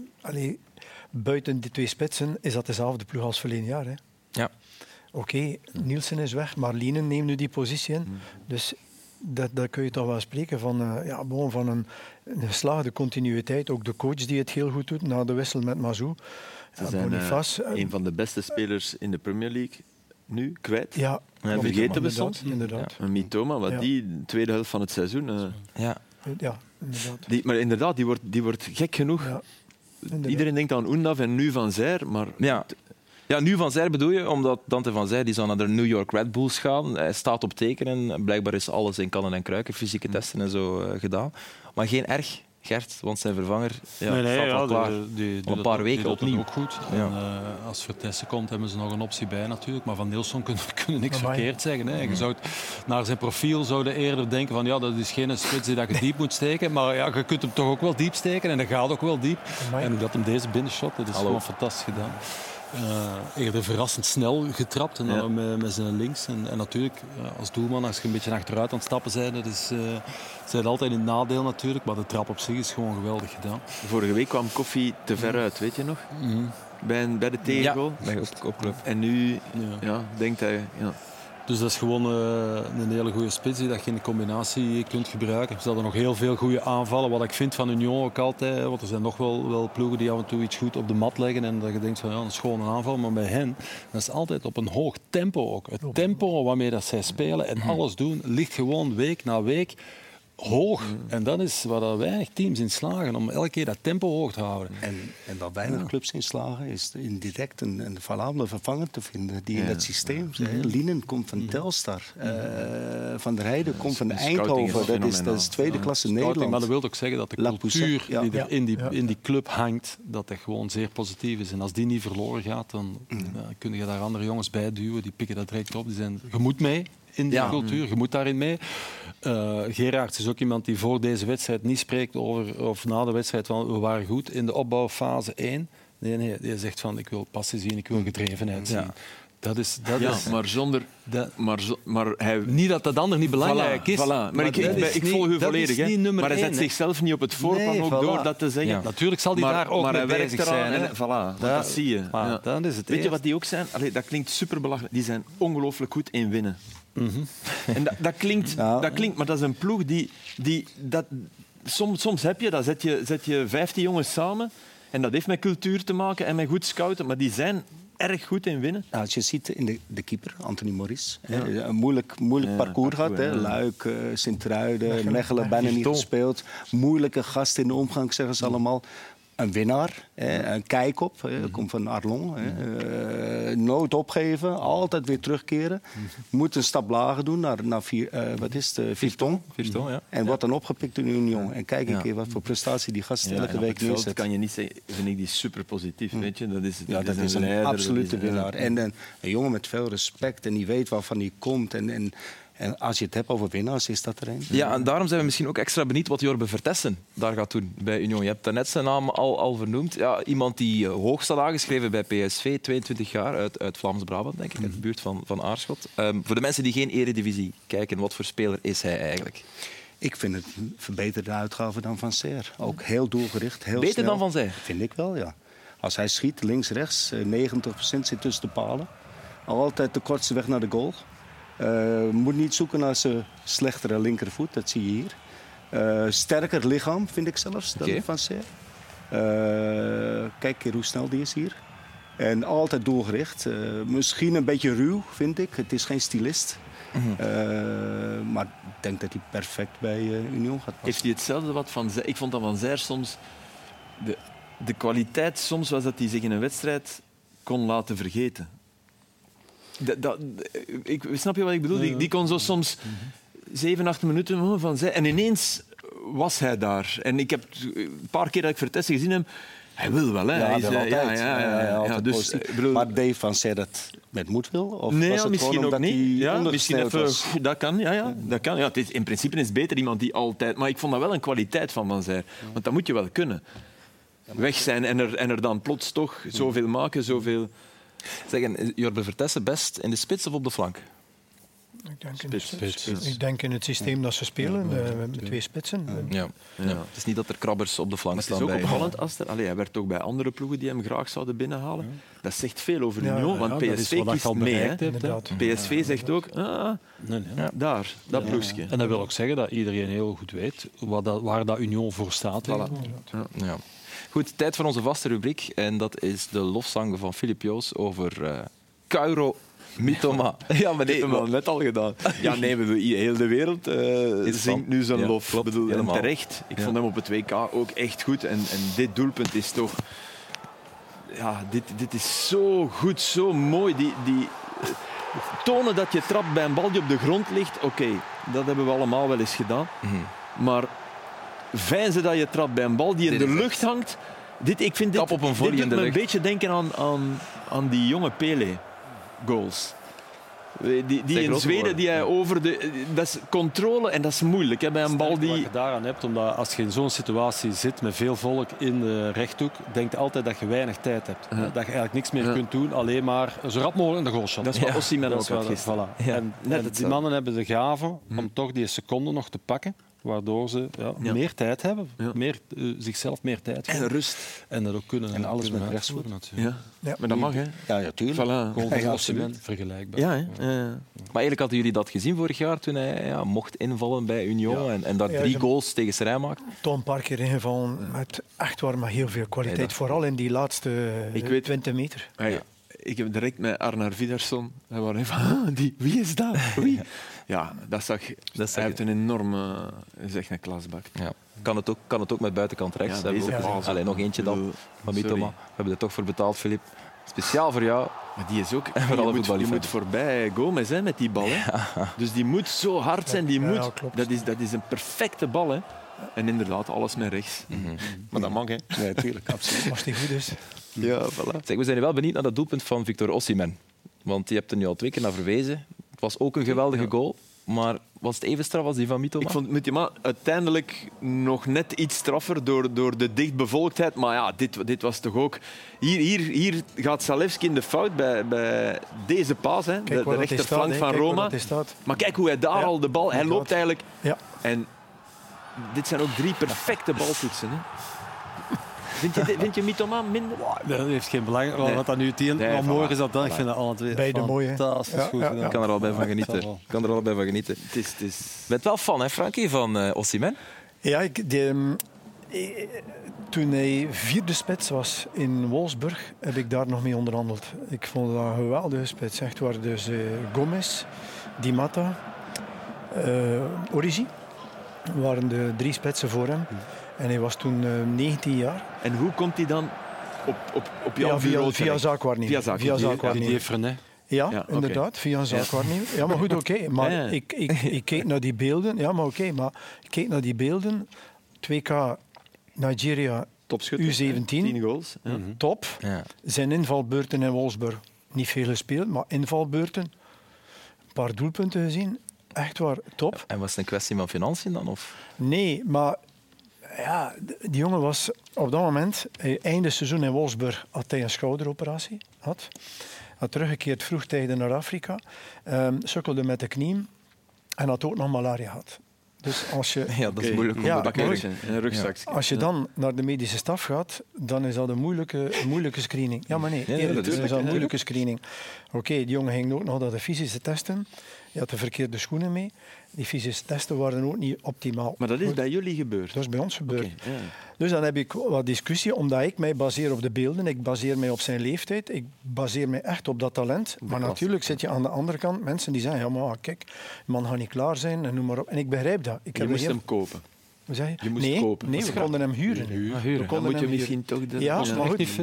buiten die 2 spitsen is dat dezelfde ploeg als verleden jaar. Hè. Ja. Oké, Nielsen is weg, maar Lienen neemt nu die positie in. Dus daar kun je toch wel spreken van, van een geslaagde continuïteit. Ook de coach die het heel goed doet na de wissel met Mazou. Ze zijn een van de beste spelers in de Premier League nu kwijt. Ja, vergeten we soms. Inderdaad. Ja. Mitoma, die de tweede helft van het seizoen... Ja, inderdaad. Maar inderdaad, die wordt gek genoeg. Ja, iedereen denkt aan Undav en nu Van Zijr, maar... Ja, nu Van Zijr bedoel je, omdat Dante Van Zijr die zou naar de New York Red Bulls gaan. Hij staat op tekenen. Blijkbaar is alles in kannen en kruiken, fysieke testen en zo gedaan. Maar geen erg, Gert, want zijn vervanger staat al klaar. Al een paar weken opnieuw. Dat ook goed. Ja. En, als Vertessen komt, hebben ze nog een optie bij natuurlijk. Maar van Nilsson kunnen niks verkeerd zeggen. Hè. Je zou naar zijn profiel zouden eerder denken van dat is geen spits die dat je diep moet steken. Maar je kunt hem toch ook wel diep steken en dat gaat ook wel diep. En hoe dat hem deze binnenshot, dat is gewoon fantastisch gedaan. Eerder verrassend snel getrapt en dan met zijn links. En natuurlijk, als doelman, als je een beetje achteruit aan het stappen bent, dat is altijd een nadeel natuurlijk. Maar de trap op zich is gewoon geweldig gedaan. Vorige week kwam Koffie te ver uit, weet je nog? Mm-hmm. Bij de tegengoal. Bij Opclub. En nu denkt hij... Ja. Dus dat is gewoon een hele goede spits die dat je in de combinatie kunt gebruiken. Ze hadden nog heel veel goede aanvallen. Wat ik vind van Union ook altijd, want er zijn nog wel ploegen die af en toe iets goed op de mat leggen en dat je denkt van dat is gewoon een aanval. Maar bij hen, dat is altijd op een hoog tempo ook. Het tempo waarmee dat zij spelen en alles doen, ligt gewoon week na week hoog. En dat is waar er weinig teams in slagen, om elke keer dat tempo hoog te houden. En waar weinig clubs in slagen, is in direct een valabele vervanger te vinden die in dat systeem zijn. Lienen komt van Telstar. Van der Heijden komt van Eindhoven. Dat is tweede klasse Nederland. Maar dat wil ook zeggen dat de cultuur die er in die club hangt, dat dat gewoon zeer positief is. En als die niet verloren gaat, dan kun je daar andere jongens bij duwen. Die pikken dat direct op. Je moet mee in die cultuur, je moet daarin mee. Gerards is ook iemand die voor deze wedstrijd niet spreekt over, of na de wedstrijd van we waren goed in de opbouwfase 1. Nee, die zegt van ik wil passie zien, ik wil gedrevenheid zien. Ja. Dat is, maar zonder... Maar hij... Niet dat dat ander niet belangrijk is. Voilà. Maar ik volg u volledig. Maar hij zet zichzelf niet op het voorplan ook door dat te zeggen. Ja. Natuurlijk zal hij daar ook mee bezig zijn. En, dat zie je. Dat is het. Weet je wat die ook zijn? Dat klinkt super belachelijk. Die zijn ongelooflijk goed in winnen. Mm-hmm. En dat klinkt, maar dat is een ploeg die soms heb je, dan zet je 15 jongens samen en dat heeft met cultuur te maken en met goed scouten, maar die zijn erg goed in winnen. Als je ziet in de keeper, Anthony Maurice, een moeilijk parcours gehad. Luik, Sint-Truiden, Mechelen bijna niet gespeeld. Moeilijke gast in de omgang, zeggen ze allemaal. Een winnaar, een kijk-op, komt van Arlon. Nooit opgeven, altijd weer terugkeren. Moet een stap lager doen naar Virton. Ja. En wordt dan opgepikt in Union. En kijk een keer wat voor prestatie die gast elke week neerzet. Dat kan je niet zeggen, vind ik die super positief. Weet je? Dat is een absolute winnaar. En een jongen met veel respect en die weet waarvan hij komt. En als je het hebt over winnaars, is dat er een. Ja, en daarom zijn we misschien ook extra benieuwd wat Jorbe Vertessen daar gaat doen bij Union. Je hebt daarnet zijn naam al vernoemd. Ja, iemand die hoog staat aangeschreven bij PSV, 22 jaar, uit Vlaams-Brabant, denk ik, uit de buurt van Aarschot. Voor de mensen die geen eredivisie kijken, wat voor speler is hij eigenlijk? Ik vind het een verbeterde uitgave dan Van Zijr. Ook heel doelgericht, heel Beter snel. Dan Van Zijr? Vind ik wel, ja. Als hij schiet, links, rechts, 90% zit tussen de palen. Altijd de kortste weg naar de goal. Moet niet zoeken naar zijn slechtere linkervoet, dat zie je hier. Sterker lichaam, vind ik zelfs, dan Van Zijr. Kijk hoe snel die is hier. En altijd doelgericht. Misschien een beetje ruw, vind ik. Het is geen stylist. Maar ik denk dat hij perfect bij Union gaat passen. Heeft hij hetzelfde wat Van Zijr? Ik vond dat Van Zijr soms... De kwaliteit soms was dat hij zich in een wedstrijd kon laten vergeten. Snap je wat ik bedoel? Die kon zo soms 7, 8 minuten van zijn. En ineens was hij daar. En ik heb een paar keer dat ik Vertessen gezien heb, Hij wil wel, hè? Ja, Hij is, wel altijd. ja, dus, positief. bedoel, Maar Dave van zei dat met moedwil? Of nee, was het misschien gewoon ook omdat niet. hij Ja, misschien even, was? dat kan, dat kan. Ja, het is, in principe is het beter iemand die altijd... Maar ik vond dat wel een kwaliteit van Zijr. Want dat moet je wel kunnen. Weg zijn en er dan plots toch zoveel maken, zoveel... Zeggen, Jorbe Vertessen best in de spits of op de flank? Ik denk in het systeem dat ze spelen, met 2 spitsen. Ja. Het is niet dat er krabbers op de flank Maar het is staan ook bij. opvallend, Aster. Hij werd toch bij andere ploegen die hem graag zouden binnenhalen. Ja. Dat zegt veel over Union, want PSV kiest mee. Hè. PSV zegt ook, daar, dat ploegje. En dat wil ook zeggen dat iedereen heel goed weet waar dat Union voor staat. Ja. Goed, tijd voor onze vaste rubriek. En dat is de lofzang van Filip Joos over Kairo Mitoma. Ja, maar nee, we net al gedaan. Ja, nee, heel de wereld zingt nu zijn lof. Klopt, bedoel, en terecht. Ik vond hem op het WK ook echt goed. En dit doelpunt is toch... Ja, dit is zo goed, zo mooi. Tonen dat je trapt bij een bal die op de grond ligt, oké, dat hebben we allemaal wel eens gedaan. Maar veinzen dat je trapt bij een bal die in de lucht hangt... Ik vind dit op een volley doet in de me een lucht. beetje denken aan die jonge Pele-goals. Die in Zweden, die hij over de... Dat is controle en dat is moeilijk hè, bij een bal die... Wat je daaraan hebt, omdat als je in zo'n situatie zit met veel volk in de rechthoek, denk je altijd dat je weinig tijd hebt. Ja. Dat je eigenlijk niks meer kunt doen, alleen maar zo rap mogelijk de goalshot. Dat is wat Osimhen ook had gisteren. Voilà. En die mannen hebben de gave om toch die seconde nog te pakken, waardoor ze meer tijd hebben, zichzelf meer tijd geven. En rust. En dat ook kunnen. En alles met rechtsvoer rechtsvoet. Ja. Maar dat mag, hè? Ja, tuurlijk. Voilà. Goal van Ja, Osimhen, vergelijkbaar. Ja, hè? Maar eigenlijk hadden jullie dat gezien vorig jaar toen hij mocht invallen bij Union en daar 3 goals tegen Serijn maakte? Toch een paar keer ingevallen met echt waar met heel veel kwaliteit. Vooral in die laatste 20 meter. Ja. Ik heb direct met Arnar Vidarsson. Hij was van, wie is dat? Wie? Ja, dat zag je. Hij heeft een enorme... is echt een klasbak. Ja. Kan het ook met buitenkant rechts? Ja, deze paas. Allee, nog eentje dan van Mitoma. We hebben er toch voor betaald, Filip. Speciaal voor jou. Maar die is ook... Je moet voorbij Gomez hè, met die bal. Hè. Dus die moet zo hard zijn. Dat is een perfecte bal. Hè. En inderdaad, alles met rechts. Maar dat mag, hè. Ja, natuurlijk, absoluut. Als die goed is. Ja, voilà. Zeg, we zijn wel benieuwd naar dat doelpunt van Victor Osimhen. Want je hebt er nu al 2 keer naar verwezen. Het was ook een geweldige goal. Maar was het even straf als die van Mitoma? Ik vond Mitoma uiteindelijk nog net iets straffer door de dichtbevolktheid. Maar ja, dit was toch ook... Hier gaat Zalewski in de fout bij deze paas. Hè, de rechterflank van Roma. Maar kijk hoe hij daar al de bal... Hij loopt eigenlijk... Ja. En dit zijn ook 3 perfecte baltoetsen. Hè. Vind je Mitoma minder? Dat heeft geen belang. Wat dat nu maar mooi is dat. Ik vind dat alle 2 beide mooi. Fantastisch goed. Ik kan er al bij van genieten. Je bent wel fan, hè, Frankie, van Osimhen? Ja, toen hij 4e spits was in Wolfsburg, heb ik daar nog mee onderhandeld. Ik vond dat een geweldige spits. Echt waar. Dus Gomez, Di Matta, Origi waren de 3 spitsen voor hem. En hij was toen 19 jaar. En hoe komt hij dan op jouw bureau via zaakwaarnemer. Die heeft René. Ja, inderdaad, via een zaakwaarnemer. Ja, maar goed, oké. Maar ik keek naar die beelden. Ja, maar oké. Maar ik keek naar die beelden. 2K Nigeria U17. 10 goals. Ja. Top. Ja. Zijn invalbeurten in Wolfsburg. Niet veel gespeeld, maar invalbeurten. Een paar doelpunten gezien. Echt waar, top. En was het een kwestie van financiën dan? Of? Nee, maar... Ja, die jongen was op dat moment, einde seizoen in Wolfsburg, had hij een schouderoperatie. Had teruggekeerd vroegtijdig naar Afrika, sukkelde met de knieën en had ook nog malaria gehad. Dus als je, ja, dat is moeilijk om dat een rugzak. Als je dan naar de medische staf gaat, dan is dat een moeilijke screening. Ja, maar nee, eerlijk, dat is een moeilijke screening. Oké, die jongen ging ook nog naar de fysische testen. Je had de verkeerde schoenen mee. Die fysische testen waren ook niet optimaal. Maar dat is bij jullie gebeurd? Dat is bij ons gebeurd. Okay, ja. Dus dan heb ik wat discussie, omdat ik mij baseer op de beelden. Ik baseer mij op zijn leeftijd. Ik baseer mij echt op dat talent. Maar natuurlijk zit je aan de andere kant mensen die zeggen, ja, maar kijk, de man gaat niet klaar zijn en noem maar op. En ik begrijp dat. Je moest hem kopen. Hoe zeg je? Je moest kopen. Nee, we konden hem huren. Dan moet je misschien toch... Ja, maar goed. Niet veel.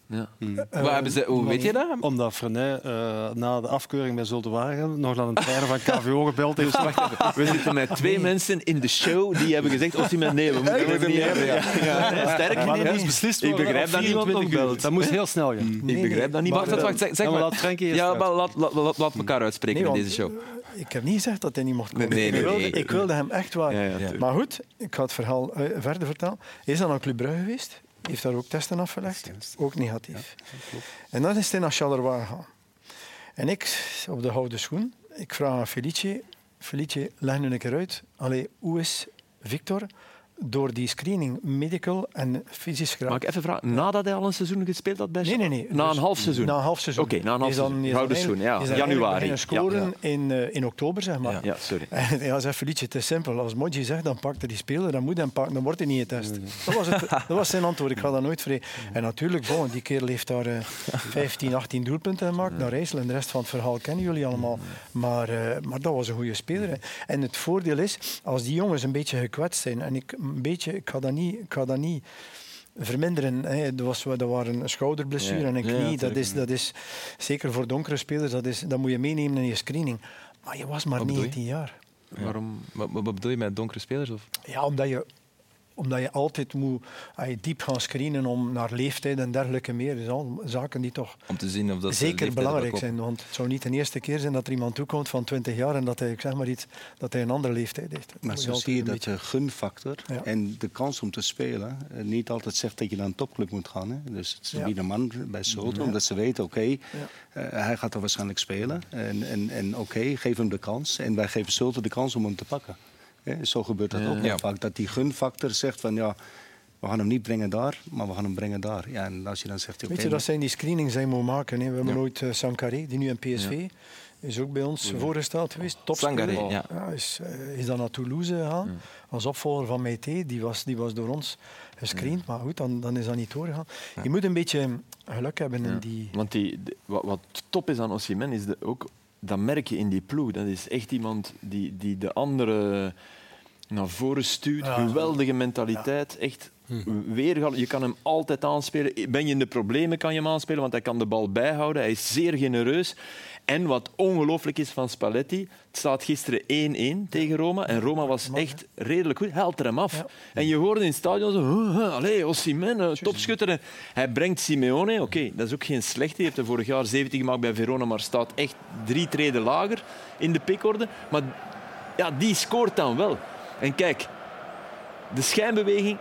Ja. Hoe weet je dat? Omdat Frenet na de afkeuring bij Zulte Waregem nog naar een trainer van KVO gebeld heeft. We zitten met 2 mensen in de show die hebben gezegd... Osimhen, nee, we moeten hem niet hebben. Ja. Sterk Maar dat niet. moest beslist Ik worden. begrijp dat niet. 24 uur. Dat moest heel snel gaan. Ik begrijp dat niet. Wacht, zeg maar. Laat Frenkie eerst uit. Laat elkaar uitspreken in want, deze show. Ik heb niet gezegd dat hij niet mocht komen. Nee. Ik wilde hem echt waar. Ja, maar goed, ik ga het verhaal verder vertellen. Hij is dan naar Club Brugge geweest. Heeft daar ook testen afgelegd. Ook negatief. En dan is hij naar Charleroi gegaan. En ik, op de houten schoen, ik vraag aan Felice. Felice, leg nu een keer uit. Allee, hoe is Victor door die screening, medical en fysisch Mag ik even vragen, nadat hij al een seizoen gespeeld had bij Nee. Na Dus een half seizoen? Na een half seizoen. Oké, na een half seizoen. Gouden schoen, ja. Is Januari. Hij scoren in oktober, zeg maar. Ja, sorry. En hij zei, Felice, het is simpel. Als Modji zegt, dan pakt hij die speler, dan moet hij hem pakken, dan wordt hij niet getest. Dat was zijn antwoord. Ik ga dat nooit vrij. En natuurlijk, die kerel heeft daar 15, 18 doelpunten gemaakt naar IJssel. En de rest van het verhaal kennen jullie allemaal. Maar dat was een goede speler. Hè. En het voordeel is, als die jongens een beetje gekwetst zijn, en ik ga dat niet verminderen. Hè. Dat waren een schouderblessure en een knie. Dat is zeker voor donkere spelers, dat moet je meenemen in je screening. Maar je was maar 19 jaar. Waarom? Wat bedoel je met donkere spelers? Of? Ja, omdat je altijd moet diep gaan screenen om naar leeftijd en dergelijke meer. Dat zijn al zaken die toch om te zien of dat zeker belangrijk zijn. Want het zou niet de eerste keer zijn dat er iemand toekomt van 20 jaar en dat hij, ik zeg maar iets, dat hij een andere leeftijd heeft. Maar zo zie je dat de gunfactor en de kans om te spelen niet altijd zegt dat je naar een topclub moet gaan. Hè. Dus het is wie een man bij Zulte, omdat ze weten, hij gaat er waarschijnlijk spelen. En geef hem de kans. En wij geven Zulte de kans om hem te pakken. Zo gebeurt dat ook heel vaak. Dat die gunfactor zegt van we gaan hem niet brengen daar, maar we gaan hem brengen daar. Ja, en als je dan zegt, weet je, dat zijn die screenings die je moet maken. Hè. We hebben ooit Sankaré, die nu in PSV is ook bij ons voorgesteld geweest. Topspeler. Is dan naar Toulouse gegaan als opvolger van Meite. Die was door ons gescreend, maar goed, dan is dat niet doorgegaan. Je moet een beetje geluk hebben in die... Want wat top is aan Osimhen is ook... Dat merk je in die ploeg. Dat is echt iemand die de andere naar voren stuurt. Geweldige mentaliteit. Echt weergal. Je kan hem altijd aanspelen. Ben je in de problemen, kan je hem aanspelen, want hij kan de bal bijhouden. Hij is zeer genereus. En wat ongelooflijk is van Spalletti, het staat gisteren 1-1 tegen Roma. En Roma was echt redelijk goed. Hij haalt er hem af. Ja. En je hoorde in het stadion zo... Osimhen, topschutter. En hij brengt Simeone. Oké, dat is ook geen slechte. Hij heeft er vorig jaar 70 gemaakt bij Verona, maar staat echt 3 treden lager in de pikorde. Maar die scoort dan wel. En kijk, de schijnbeweging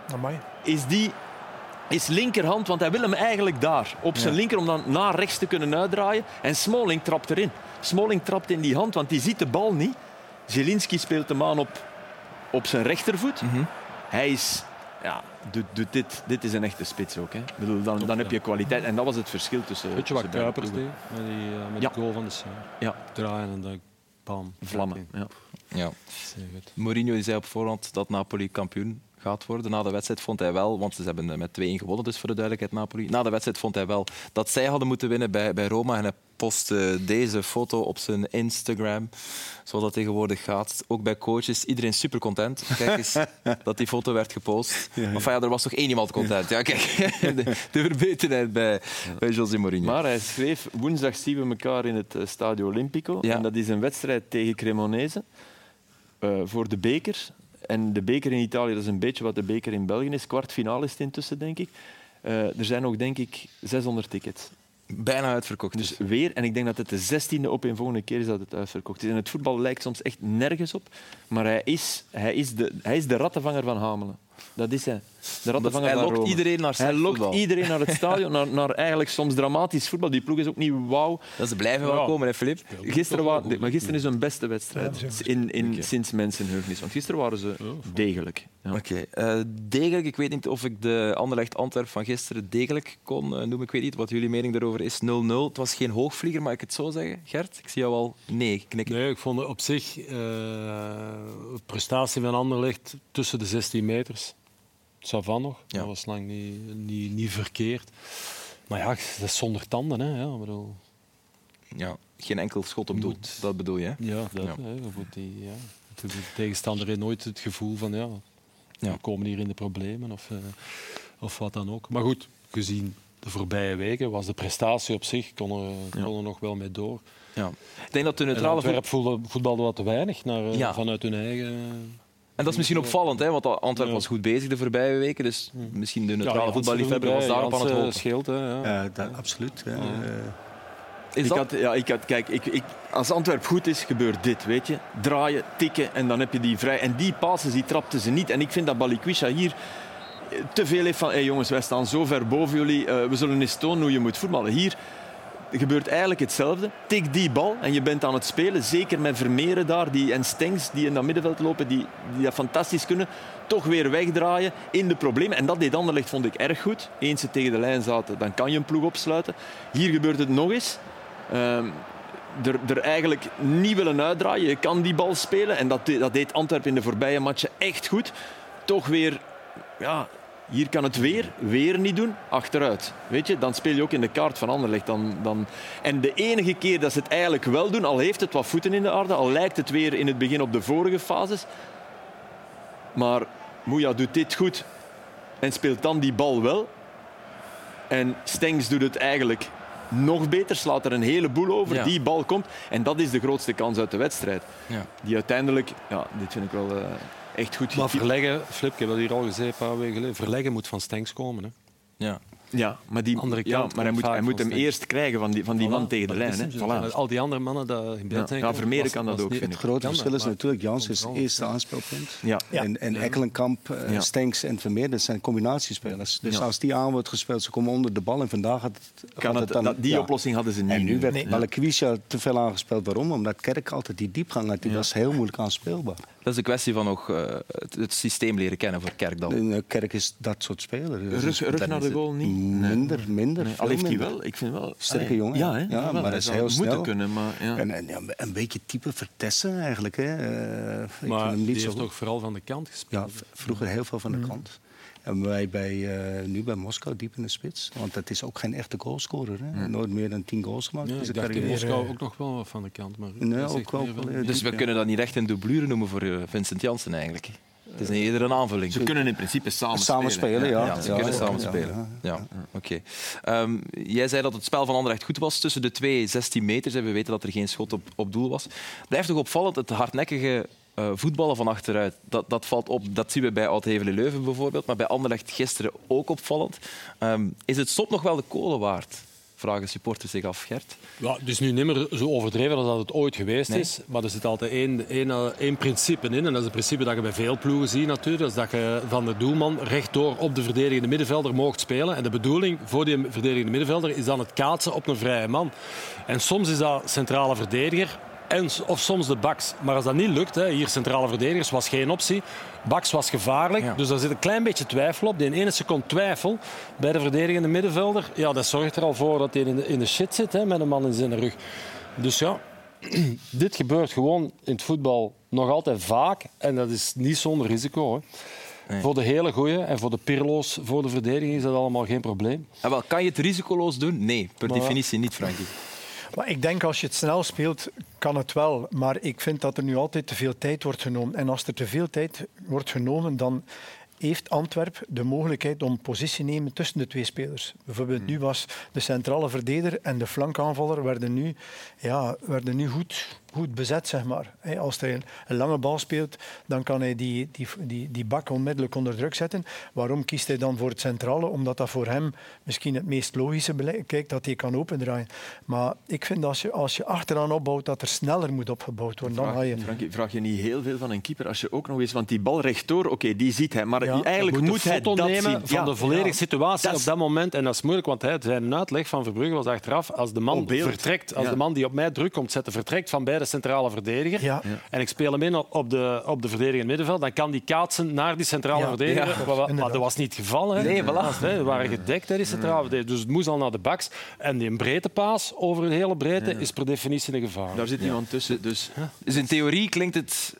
is linkerhand, want hij wil hem eigenlijk daar. Op zijn linker, om dan naar rechts te kunnen uitdraaien. En Smalling trapt erin. Smalling trapt in die hand, want die ziet de bal niet. Zielinski speelt hem aan op zijn rechtervoet. Hij is... doet dit. Dit is een echte spits ook. Hè. Ik bedoel, dan heb je kwaliteit. En dat was het verschil tussen... Weet je wat Kuipers deed met de goal van de Sar? Ja. Draaien en dan bam. Vlammen. Ja. Mourinho zei op voorhand dat Napoli kampioen gaat worden. Na de wedstrijd vond hij wel, want ze hebben met 2-1 gewonnen, dus voor de duidelijkheid Napoli. Na de wedstrijd vond hij wel dat zij hadden moeten winnen bij Roma. En hij postte deze foto op zijn Instagram, zoals dat tegenwoordig gaat. Ook bij coaches, iedereen super content. Kijk eens dat die foto werd gepost. Maar er was toch één iemand content. Ja, kijk, de verbeterheid bij José Mourinho. Maar hij schreef, woensdag zien we elkaar in het Stadio Olimpico. Ja. En dat is een wedstrijd tegen Cremonese voor de beker. En de beker in Italië, dat is een beetje wat de beker in België is. Kwartfinale is het intussen, denk ik. Er zijn nog, denk ik, 600 tickets. Bijna uitverkocht. Dus weer, en ik denk dat het de 16e opeenvolgende keer is dat het uitverkocht is. En het voetbal lijkt soms echt nergens op. Maar hij is de rattenvanger van Hamelen. Dat is hij. De rattenvanger van Rome. Hij lokt iedereen naar Hij lokt iedereen naar het stadion, naar eigenlijk soms dramatisch voetbal. Die ploeg is ook niet wauw. Dat ze blijven wel komen, hè, Filip? Gisteren is hun beste wedstrijd sinds mensenheugenis. Want gisteren waren ze degelijk. Ja. Oké. Degelijk, ik weet niet of ik de Anderlecht-Antwerp van gisteren degelijk kon noemen. Ik weet niet wat jullie mening daarover is. 0-0. Het was geen hoogvlieger, mag ik het zo zeggen? Gert, ik zie jou al knikken. Nee, ik vond op zich de prestatie van Anderlecht tussen de 16 meters. Savan nog. Ja. Dat was lang niet verkeerd. Maar ja, dat is zonder tanden. Hè. Ja, bedoel. Ja, geen enkel schot op doel. Dat bedoel je? Hè? Ja, dat. Ja. Hè, de tegenstander heeft nooit het gevoel van we komen hier in de problemen of wat dan ook. Maar goed, gezien de voorbije weken was de prestatie op zich, kon er nog wel mee door. Ja. Ik denk dat de neutrale Antwerp voetbalde wat te weinig vanuit hun eigen... En dat is misschien opvallend, hè, want Antwerpen was goed bezig de voorbije weken. Dus misschien de neutrale voetballiefhebber was daarop aan het hopen. Scheelt, absoluut. Als Antwerp goed is, gebeurt dit. Weet je? Draaien, tikken en dan heb je die vrij. En die passes die trapten ze niet. En ik vind dat Balikwisha hier te veel heeft van... Hey jongens, wij staan zo ver boven jullie. We zullen eens tonen hoe je moet voetballen. Hier gebeurt eigenlijk hetzelfde. Tik die bal en je bent aan het spelen. Zeker met Vermeeren daar en Stengs die in dat middenveld lopen, die dat fantastisch kunnen. Toch weer wegdraaien in de problemen. En dat deed Anderlecht, vond ik erg goed. Eens ze tegen de lijn zaten, dan kan je een ploeg opsluiten. Hier gebeurt het nog eens. Er eigenlijk niet willen uitdraaien. Je kan die bal spelen. En dat deed Antwerpen in de voorbije matchen echt goed. Toch weer... Ja, hier kan het weer niet doen, achteruit. Weet je, dan speel je ook in de kaart van Anderlecht. En de enige keer dat ze het eigenlijk wel doen, al heeft het wat voeten in de aarde, al lijkt het weer in het begin op de vorige fases. Maar Mouya doet dit goed en speelt dan die bal wel. En Stengs doet het eigenlijk nog beter, slaat er een heleboel over. Ja. Die bal komt en dat is de grootste kans uit de wedstrijd. Ja. Die uiteindelijk, dit vind ik wel... echt goed. Maar Verleggen, Flip, ik heb dat hier al gezegd een paar weken geleden. Verleggen moet van Stengs komen. Hè? Ja, maar hij moet hem eerst krijgen van die man tegen de lijn. Hè. Voilà. Al die andere mannen dat in beeld zijn. Vermeeren kan dat ook, vind ik. Het grote verschil is natuurlijk, Jans is het eerste aanspeelpunt. Ja. En Ekkelenkamp, Stengs en Vermeer, dat zijn combinatiespelers. Dus als die aan wordt gespeeld, ze komen onder de bal. En vandaag die oplossing hadden ze niet. En nu werd Balikwisha te veel aangespeeld. Waarom? Omdat Kerk altijd die diepgang had. Die was heel moeilijk aanspeelbaar. Dat is een kwestie van nog het systeem leren kennen voor Kerk dan. Kerk is dat soort speler. Rug naar de goal niet? Minder. Nee, al heeft hij wel. Ik vind wel... Sterke jongen. Ja, maar hij is heel snel. Kunnen, maar, en een beetje type Vertessen eigenlijk. Hè. Maar die heeft toch vooral van de kant gespeeld? Ja, vroeger heel veel van de kant. En wij nu bij Moskou diep in de spits. Want dat is ook geen echte goalscorer. Hè. Nooit meer dan 10 goals gemaakt. Ik dacht in Moskou ook nog wel van de kant. Maar ook wel. Dus we kunnen dat niet echt een doublure noemen voor Vincent Janssen eigenlijk. Het is eerder een aanvulling. Ze kunnen in principe samen spelen. Ja, ze kunnen samen spelen. Ja. Oké. Jij zei dat het spel van Anderlecht goed was tussen de 2 16 meters. We weten dat er geen schot op doel was. Blijft toch opvallend het hardnekkige voetballen van achteruit. Dat valt op. Dat zien we bij Oud-Hevelen-Leuven bijvoorbeeld, maar bij Anderlecht gisteren ook opvallend. Is het stop nog wel de kolen waard? Vragen supporters zich af, Gert. Ja, het is nu niet meer zo overdreven als dat het ooit geweest is. Maar er zit altijd één principe in. En dat is het principe dat je bij veel ploegen ziet natuurlijk. Dat is dat je van de doelman rechtdoor op de verdedigende middenvelder moogt spelen. En de bedoeling voor die verdedigende middenvelder is dan het kaatsen op een vrije man. En soms is dat centrale verdediger. Of soms de backs. Maar als dat niet lukt, hier centrale verdedigers, was geen optie. Backs was gevaarlijk, dus daar zit een klein beetje twijfel op. Die ene seconde twijfel bij de verdedigende middenvelder, dat zorgt er al voor dat hij in de shit zit met een man in zijn rug. Dus dit gebeurt gewoon in het voetbal nog altijd vaak. En dat is niet zonder risico. Hè. Nee. Voor de hele goeie en voor de Pirlo's, voor de verdediging is dat allemaal geen probleem. En wel, kan je het risicoloos doen? Nee, per definitie niet, Frankie. Maar ik denk als je het snel speelt, kan het wel. Maar ik vind dat er nu altijd te veel tijd wordt genomen. En als er te veel tijd wordt genomen, dan heeft Antwerp de mogelijkheid om positie te nemen tussen de twee spelers. Bijvoorbeeld nu was de centrale verdediger en de flankaanvaller werden nu goed bezet, zeg maar. Als hij een lange bal speelt, dan kan hij die bak onmiddellijk onder druk zetten. Waarom kiest hij dan voor het centrale? Omdat dat voor hem misschien het meest logische blijkt, dat hij kan opendraaien. Maar ik vind dat als je achteraan opbouwt, dat er sneller moet opgebouwd worden. Frankie, vraag je niet heel veel van een keeper als je ook nog eens... Want die bal rechtdoor, die ziet hij. Maar eigenlijk moet hij dat nemen van de volledige situatie op dat moment. En dat is moeilijk, want zijn uitleg van Verbrugge was achteraf. Als de man vertrekt, als de man die op mij druk komt zetten, vertrekt van bij de centrale verdediger en ik speel hem in op de verdedigende middenveld, dan kan die kaatsen naar die centrale verdediger. Maar dat was niet het geval. Hè. Nee, voilà. We waren gedekt, die centrale verdediger. Dus het moest al naar de backs. En die breedtepaas over een hele breedte is per definitie een gevaar. Daar zit iemand tussen. Dus in theorie klinkt het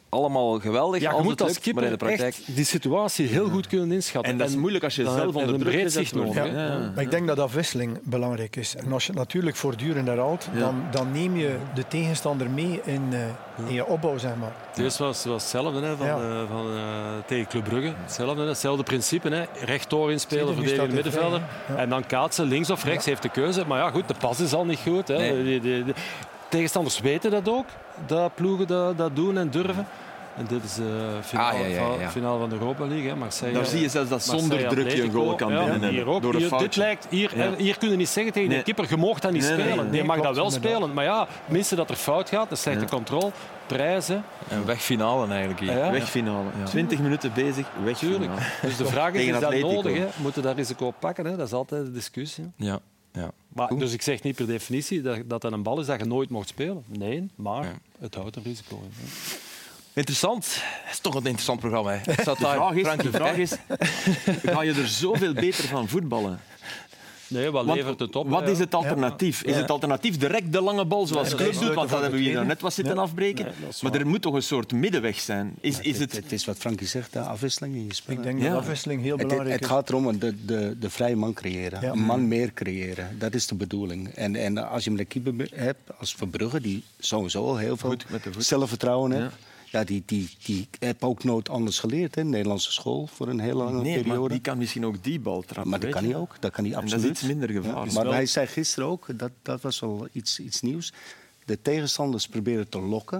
allemaal geweldig. Ja, je als moet het als lukt, keeper maar in de praktijk... echt die situatie heel goed kunnen inschatten. En dat is moeilijk als je dan zelf heb je onder een druk breed gezet zicht wordt. nodig. Ja. Maar ik denk dat afwisseling belangrijk is. En als je het natuurlijk voortdurend herhaalt, dan neem je de tegenstander mee in je opbouw, zeg maar. Het eerste was hetzelfde hè, tegen Club Brugge. Hetzelfde principe. Hè. Rechtdoor inspelen, verdedigen middenvelder. Ja. En dan kaatsen, links of rechts, heeft de keuze. Maar ja, goed, de pas is al niet goed. Hè. Nee. De tegenstanders weten dat ook, dat ploegen dat doen en durven. En dit is de finale van de Europa League. Hè. Marseille, Daar zie je zelfs dat zonder druk je een goal kan binnen. Hier ook. Door een foutje. Dit lijkt, hier kun je niet zeggen tegen de keeper, je mag dat niet spelen. Je mag dat wel spelen. Maar ja, minstens dat er fout gaat, een slechte controle, prijzen. En wegfinale eigenlijk hier. Ja. Wegfinale. 20 minuten bezig, wegfinale. Dus de vraag is dat Atletico nodig? Hè? Moeten dat risico pakken? Hè? Dat is altijd de discussie. Ja. Maar, dus ik zeg niet per definitie dat een bal is dat je nooit mocht spelen. Nee, maar het houdt een risico in. Hè. Interessant. Het is toch een interessant programma. Hè. De vraag is, ga je er zoveel beter van voetballen? Nee, wat levert het op? Wat is het alternatief? Is het alternatief direct de lange bal zoals Club doet? Want dat hebben we hier net wat zitten afbreken. Maar er moet toch een soort middenweg zijn? Het is wat Frankie zegt, de afwisseling in je spel. Ik denk dat afwisseling heel belangrijk is. Het gaat erom de vrije man creëren. Een man meer creëren. Dat is de bedoeling. En als je een keeper hebt als Verbrugge, die sowieso al heel veel zelfvertrouwen heeft. Ja, die heeft ook nooit anders geleerd in de Nederlandse school voor een hele lange periode. Maar die kan misschien ook die bal trappen. Maar dat kan hij ook. Dat kan hij absoluut. En dat is iets minder gevaarlijk. Maar hij zei gisteren ook, dat was wel iets nieuws. De tegenstanders proberen te lokken.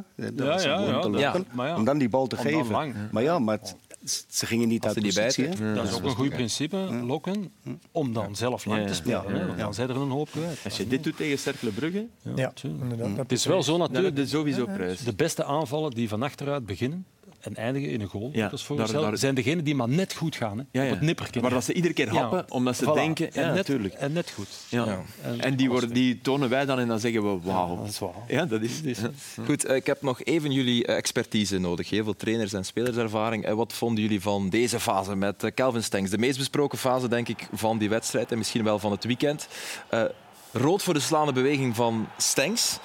Om dan die bal te geven. Maar ze gingen niet uit de positie. Dat is ook een goed principe, lokken, om dan zelf lang te spelen. Dan zijn er een hoop kwijt. Als je dit doet tegen Cercle Brugge, het is wel zo natuurlijk. Dat is sowieso prijs. De beste aanvallen die van achteruit beginnen en eindigen in een goal, daar zijn degenen die maar net goed gaan. Hè? Op het nippertje. Maar dat ze iedere keer happen, omdat ze denken... Ja, natuurlijk. En net goed. Ja. En die tonen wij dan en dan zeggen we wauw. Dat is waar. Ja, dat is het. Goed, ik heb nog even jullie expertise nodig. Heel veel trainers- en spelerservaring. Wat vonden jullie van deze fase met Kelvin Stengs? De meest besproken fase, denk ik, van die wedstrijd en misschien wel van het weekend. Rood voor de slaande beweging van Stengs.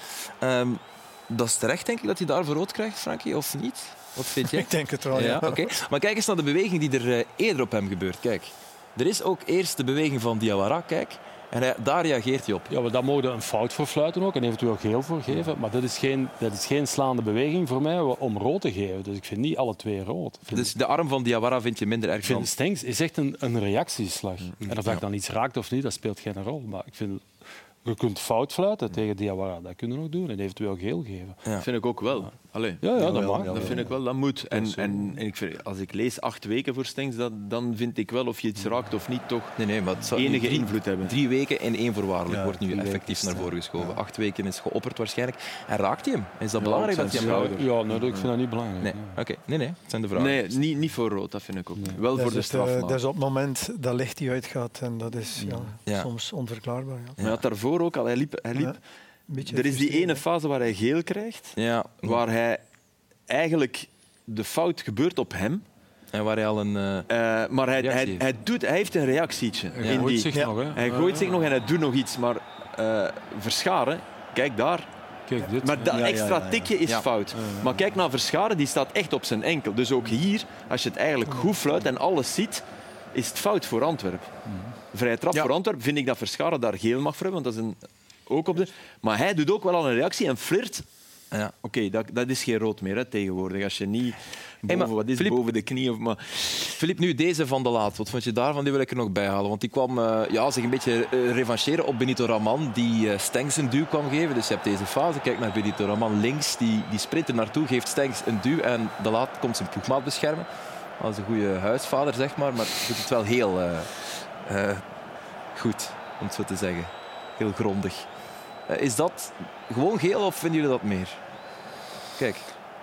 Dat is terecht, denk ik, dat hij daarvoor rood krijgt, Frankie, of niet? Wat vind jij? Ik denk het wel, ja. Okay. Maar kijk eens naar de beweging die er eerder op hem gebeurt. Kijk, er is ook eerst de beweging van Diawara, kijk. En daar reageert hij op. Ja, maar daar mogen we een fout voor fluiten ook en eventueel geel voor geven. Maar dat is geen slaande beweging voor mij om rood te geven. Dus ik vind niet alle twee rood. Dus de arm van Diawara vind je minder erg dan... Ik vind Stengs is echt een reactieslag. En of dat dan iets raakt of niet, dat speelt geen rol. Maar ik vind... Je kunt fout fluiten tegen Diawara, dat kunnen we nog doen. En eventueel geel geven. Ja. Dat vind ik ook wel. Allee. Ja, dat mag. Dat vind ik wel, dat moet. En ik vind, als ik lees 8 weken voor Stengs, dan vind ik wel of je iets raakt of niet toch maar het enige invloed hebben. 3 weken in 1 voorwaardelijk wordt nu effectief naar voren geschoven. 8 weken is geopperd waarschijnlijk. En raakt hij hem? Is dat belangrijk dat hij hem raakt? Ja, nee, ik vind dat niet belangrijk. Nee, oké. Nee, het zijn de vragen. Nee, niet voor rood, dat vind ik ook. Wel voor de strafmaat. Dat is op het moment dat licht die uitgaat en dat is soms onverklaarbaar. Ja. Maar hij had daarvoor ook al, hij liep. Er is die ene fase waar hij geel krijgt, waar hij eigenlijk de fout gebeurt op hem. En waar hij al een maar hij heeft een reactietje. Hij gooit zich nog. Hè? Hij gooit zich nog en hij doet nog iets. Maar Verscharen, kijk daar. Kijk, dit. Maar dat extra tikje is fout. Maar kijk naar Verscharen, die staat echt op zijn enkel. Dus ook hier, als je het eigenlijk goed fluit en alles ziet, is het fout voor Antwerpen. Vrije trap voor Antwerpen vind ik dat Verscharen daar geel mag voor hebben, want dat is ook op de... Maar hij doet ook wel al een reactie en flirt. Ja. Oké, dat is geen rood meer tegenwoordig. Als je niet boven de knie... Filip, nu deze van de Laat. Wat vond je daarvan? Die wil ik er nog bij halen. Want die kwam zich een beetje revancheren op Benito Raman, die Stengs een duw kwam geven. Dus je hebt deze fase. Kijk naar Benito Raman links. Die sprint er naartoe, geeft Stengs een duw en de Laat komt zijn ploegmaat beschermen. Dat is een goede huisvader, zeg maar doet het wel heel goed, om het zo te zeggen. Heel grondig. Is dat gewoon geel of vinden jullie dat meer? Kijk.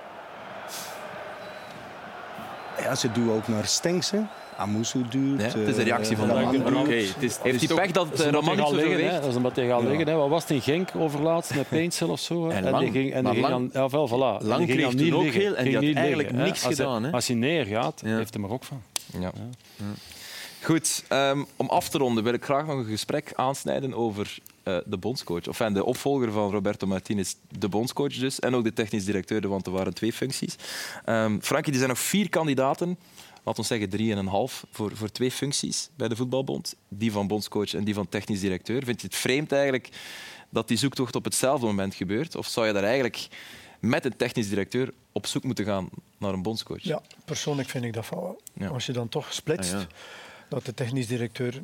Ja, ze duwen ook naar Stengs. Amusu duwt. Het is een reactie van Raman. Heeft hij pech dat Raman niet zoveel weegt? Dat is omdat hij gaat liggen. Wat was het in Genk overlaatst met Peensel of zo? En die ging lang kreeg toen ook geel en die had eigenlijk niks gedaan. Als hij neergaat, heeft hij er ook van. Ja. Goed, om af te ronden wil ik graag nog een gesprek aansnijden over de bondscoach. Enfin, de opvolger van Roberto Martinez, de bondscoach dus. En ook de technisch directeur, want er waren 2 functies. Frankie, er zijn nog 4 kandidaten. Laten we zeggen 3,5 voor 2 functies bij de voetbalbond. Die van bondscoach en die van technisch directeur. Vind je het vreemd eigenlijk dat die zoektocht op hetzelfde moment gebeurt? Of zou je daar eigenlijk met een technisch directeur op zoek moeten gaan naar een bondscoach? Ja, persoonlijk vind ik dat van wel. Ja. Als je dan toch splitst, dat de technisch directeur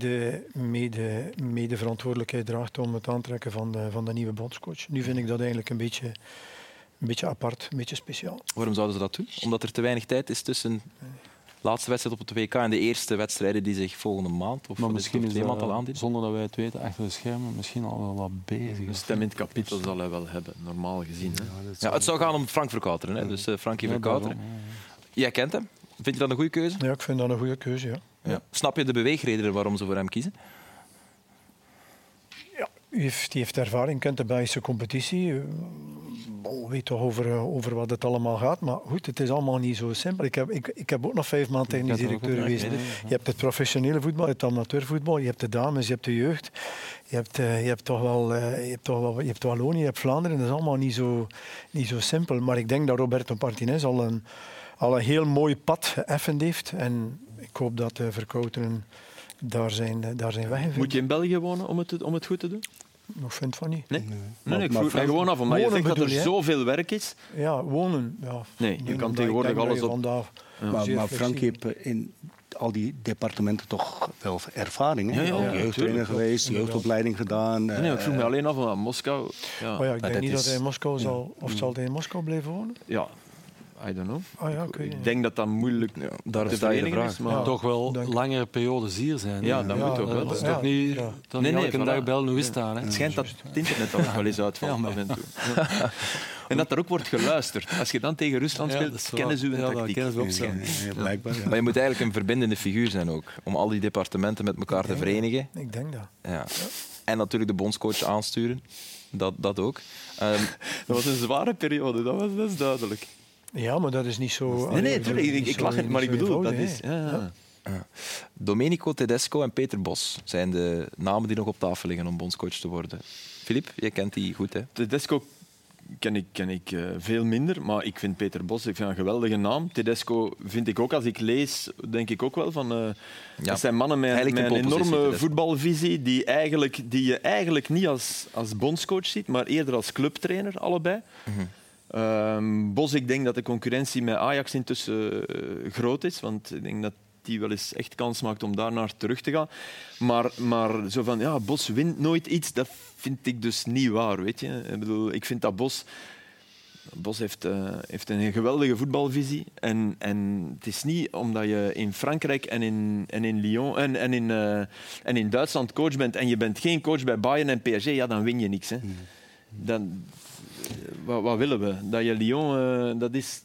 mede verantwoordelijkheid draagt om het aantrekken van de nieuwe bondscoach. Nu vind ik dat eigenlijk een beetje apart, een beetje speciaal. Waarom zouden ze dat doen? Omdat er te weinig tijd is tussen de laatste wedstrijd op het WK en de eerste wedstrijden die zich volgende maand of misschien is iemand al aandienen? Zonder dat wij het weten, achter de schermen misschien al wel wat bezig. Een stem in het kapitel zal hij wel hebben, normaal gezien. Hè? Ja, het zou gaan om Frank Verkouteren, hè? Dus Frankie Verkouteren. Jij kent hem. Vind je dat een goede keuze? Ja, ik vind dat een goede keuze, ja. Ja. Snap je de beweegredenen waarom ze voor hem kiezen? Ja, die heeft ervaring, kent de Belgische competitie. Weet toch over wat het allemaal gaat. Maar goed, het is allemaal niet zo simpel. Ik heb ook nog 5 maanden technisch directeur geweest. Je hebt het professionele voetbal, je hebt het amateurvoetbal, je hebt de dames, je hebt de jeugd. Je hebt Wallonië, je hebt Vlaanderen. Dat is allemaal niet zo simpel. Maar ik denk dat Roberto Martinez al een heel mooi pad geëffend heeft. En ik hoop dat Verkouteren daar zijn weg in vindt. Moet je in België wonen om het goed te doen? Ik vind van niet. Nee, ik vroeg me gewoon af, omdat je zegt dat er zoveel werk is. Ja, wonen. Ja. Nee, je kan tegenwoordig alles op... Maar Frank heeft in al die departementen toch wel ervaring. Hè? Ja, jeugdtrainer geweest, jeugdopleiding gedaan. Nee, ik vroeg me alleen af aan Moskou. Ja. Oh ja, ik denk niet dat hij in Moskou zal... Of zal hij in Moskou blijven wonen? Ja. I don't know. Oh ja, ik denk dat dat moeilijk daar is de vraag. is. Maar toch wel langere periodes hier zijn. Ja, dat moet ook wel. Dat is toch niet elke dag bellen hoe is het aan. Het schijnt dat het internet ook wel eens uitvalt af en toe. En dat er ook wordt geluisterd. Als je dan tegen Rusland speelt, kennen ze hun tactiek. Blijkbaar. Maar je moet eigenlijk een verbindende figuur zijn ook. Om al die departementen met elkaar te verenigen. Ik denk dat. Ja. En natuurlijk de bondscoach aansturen. Dat ook. Dat was een zware periode, dat is duidelijk. Ja, maar dat is niet zo... Nee, natuurlijk. Ik lach het, maar ik bedoel, dat is... Ja. Domenico Tedesco en Peter Bos zijn de namen die nog op tafel liggen om bondscoach te worden. Filip, jij kent die goed, hè? Tedesco ken ik veel minder, maar ik vind Peter Bos een geweldige naam. Tedesco vind ik ook, als ik lees, denk ik ook wel van... dat zijn mannen met een enorme voetbalvisie die je eigenlijk niet als bondscoach ziet, maar eerder als clubtrainer, allebei. Mm-hmm. Bos, ik denk dat de concurrentie met Ajax intussen groot is, want ik denk dat die wel eens echt kans maakt om daar naar terug te gaan. Maar zo van, ja, Bos wint nooit iets, dat vind ik dus niet waar, weet je. Ik bedoel, ik vind dat Bos heeft een geweldige voetbalvisie. En het is niet omdat je in Frankrijk en in Lyon en in Duitsland coach bent en je bent geen coach bij Bayern en PSG, ja, dan win je niks. Hè. Dan... Wat willen we? Dat je Lyon, dat is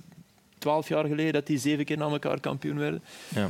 12 jaar geleden dat die 7 keer na elkaar kampioen werden. Ja.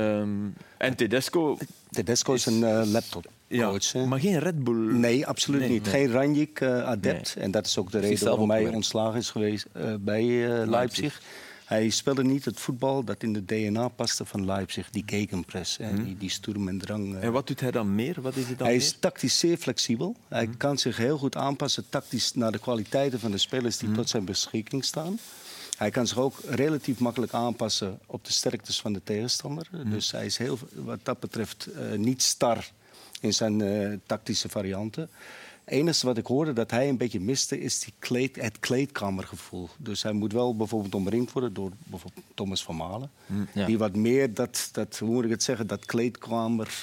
En Tedesco... Tedesco is een laptopcoach. Ja, maar geen Red Bull. Nee, absoluut niet. Geen Ranjik-adept. Nee. En dat is ook de reden waarom hij ontslagen is geweest bij Leipzig. Hij speelde niet het voetbal dat in de DNA paste van Leipzig. Die gegenpress, die sturm en drang. En wat doet hij dan meer? Wat is het dan hij is tactisch zeer flexibel. Hij kan zich heel goed aanpassen tactisch naar de kwaliteiten van de spelers die tot zijn beschikking staan. Hij kan zich ook relatief makkelijk aanpassen op de sterktes van de tegenstander. Dus hij is wat dat betreft niet star in zijn tactische varianten. Het enige wat ik hoorde dat hij een beetje miste is het kleedkamergevoel. Dus hij moet wel bijvoorbeeld omringd worden door bijvoorbeeld Thomas van Malen. Ja. Die wat meer hoe moet ik het zeggen, dat kleedkamer...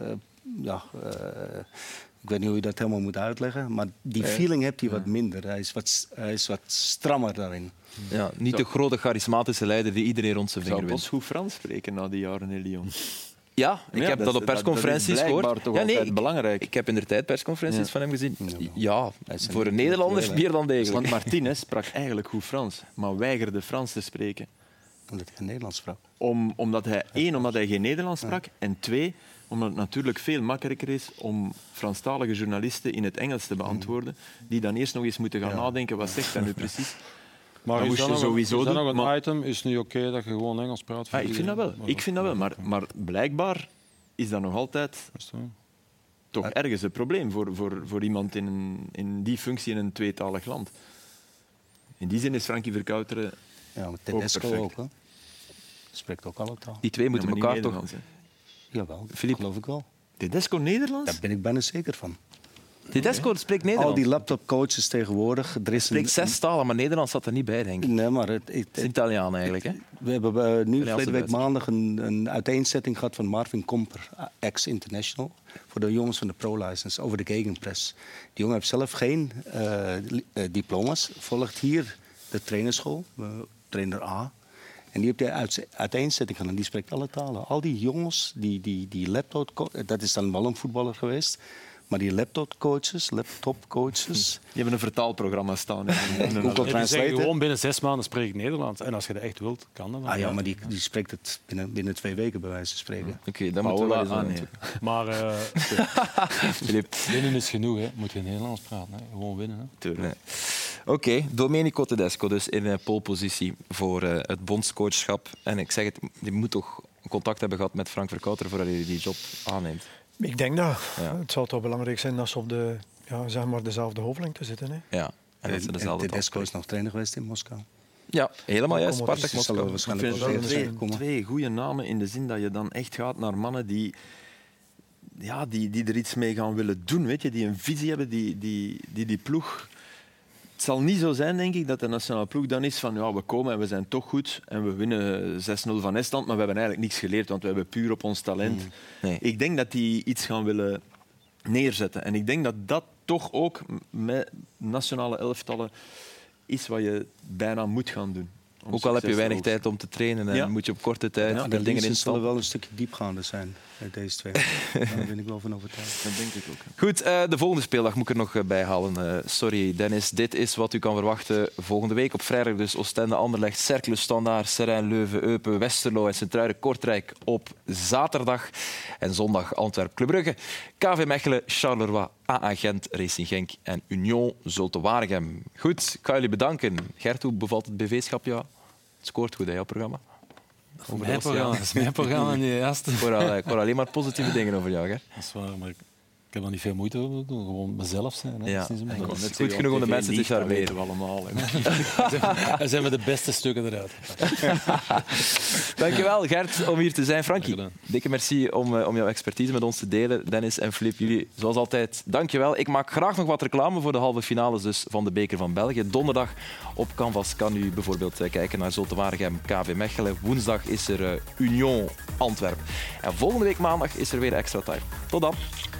ik weet niet hoe je dat helemaal moet uitleggen. Maar die feeling heeft hij wat minder. Hij is wat strammer daarin. Ja, niet de grote charismatische leider die iedereen rond zijn vinger wint. wint. Zou Bos goed Frans spreken na die jaren in Lyon? Ja, ik heb dat op persconferenties gehoord. Belangrijk. Ik heb inderdaad persconferenties van hem gezien. Ja, voor een Nederlander meer dan degelijk. Want Martinez sprak eigenlijk goed Frans, maar weigerde Frans te spreken. Omdat hij geen Nederlands sprak? Omdat hij geen Nederlands sprak. En 2, omdat het natuurlijk veel makkelijker is om Franstalige journalisten in het Engels te beantwoorden, die dan eerst nog eens moeten gaan nadenken, wat zegt hij nu precies? Maar dat moest je sowieso doen. Nog een item? Is het niet oké dat je gewoon Engels praat? Ik vind dat wel. Maar blijkbaar is dat nog altijd toch ergens een probleem voor iemand in die functie in een tweetalig land. In die zin is Frankie Verkouteren Ja, maar Tedesco ook, hè? Spreekt ook alle taal. Die twee moeten elkaar toch... Jawel, Philippe. geloof ik wel. Tedesco Nederlands? Daar ben ik bijna zeker van. Tedesco spreekt Nederlands. Al die laptopcoaches tegenwoordig. Er is spreekt 6 talen, maar Nederlands zat er niet bij, denk ik. Nee, maar Het is Italiaan eigenlijk, hè? we hebben nu Italiaanse verleden week Duits. maandag een uiteenzetting gehad van Marvin Komper, ex-international, voor de jongens van de pro-license over de gegenpress. Die jongen heeft zelf geen diploma's, volgt hier de trainerschool, trainer A. En die heeft de uiteenzetting gedaan, die spreekt alle talen. Al die jongens, die laptop, dat is dan wel een voetballer geweest, maar die laptopcoaches, die hebben een vertaalprogramma staan. Google Die Translate. zeggen gewoon binnen 6 maanden spreek ik Nederlands. En als je dat echt wilt, kan dat. Ah ja, maar die spreekt het binnen 2 weken bij wijze van spreken. Oké, dan moeten we Paola wel eens aan. aan. Maar Philippe. winnen is genoeg, hè. Moet je Nederlands praten. Hè. Gewoon winnen. Hè. Nee. Oké, Domenico Tedesco dus in polepositie voor het bondscoachschap. En ik zeg het, die moet toch contact hebben gehad met Frank Verkouteren voordat hij die job aanneemt. Ik denk dat. Ja. Het zal toch belangrijk zijn dat ze op zeg maar dezelfde golflengte zitten. Hè. Ja, en dat ze dezelfde Tedesco is nog trainer geweest in Moskou. Ja, helemaal juist. Kom op, Spartak Dus die zullen Moskou. Ik waarschijnlijk vind wel het eerder zijn. twee goede namen in de zin dat je dan echt gaat naar mannen die er iets mee gaan willen doen. Weet je? Die een visie hebben, die ploeg... Het zal niet zo zijn, denk ik, dat de nationale ploeg dan is van ja, we komen en we zijn toch goed en we winnen 6-0 van Estland, maar we hebben eigenlijk niks geleerd, want we hebben puur op ons talent. Nee. Ik denk dat die iets gaan willen neerzetten. En ik denk dat dat toch ook met nationale elftallen is wat je bijna moet gaan doen. Om Ook al heb je succes weinig te tijd om te trainen en Ja. moet je op korte tijd Ja, er de dingen in diensten zullen staan. wel een stukje diepgaander zijn, deze twee. Daar ben ik wel van overtuigd. Dat denk ik ook. Goed, de volgende speeldag moet ik er nog bij halen. Sorry Dennis, dit is wat u kan verwachten volgende week. Op vrijdag dus Oostende, Anderlecht, Cercle, Standaard, Serijn, Leuven, Eupen, Westerlo en Sint-Truiden, Kortrijk op zaterdag. En zondag Antwerp, Club Brugge, KV Mechelen, Charleroi, AA Gent, Racing Genk en Union Zulte-Waregem. Goed, ik ga jullie bedanken. Gert, hoe bevalt het BV-schap? Ja, het scoort goed, hè, jouw programma. Mijn programma, dat is mijn programma en die eerste. Ik hoor alleen maar positieve dingen over jou, Gert. Dat is waar, maar ik heb er niet veel moeite over doen. Gewoon mezelf zijn. Hè. Ja. Dat is niet zo moeilijk. Het is goed genoeg om de mensen te charmeren. We allemaal. Hè. En zijn we de beste stukken eruit. Dankjewel, Gert, om hier te zijn. Frankie, Graag dikke merci om jouw expertise met ons te delen. Dennis en Philippe, jullie zoals altijd, dankjewel. Ik maak graag nog wat reclame voor de halve finales dus van de Beker van België. Donderdag op Canvas kan u bijvoorbeeld kijken naar Zulte-Waregem, KV Mechelen. Woensdag is er Union Antwerp. En volgende week maandag is er weer Extra Time. Tot dan.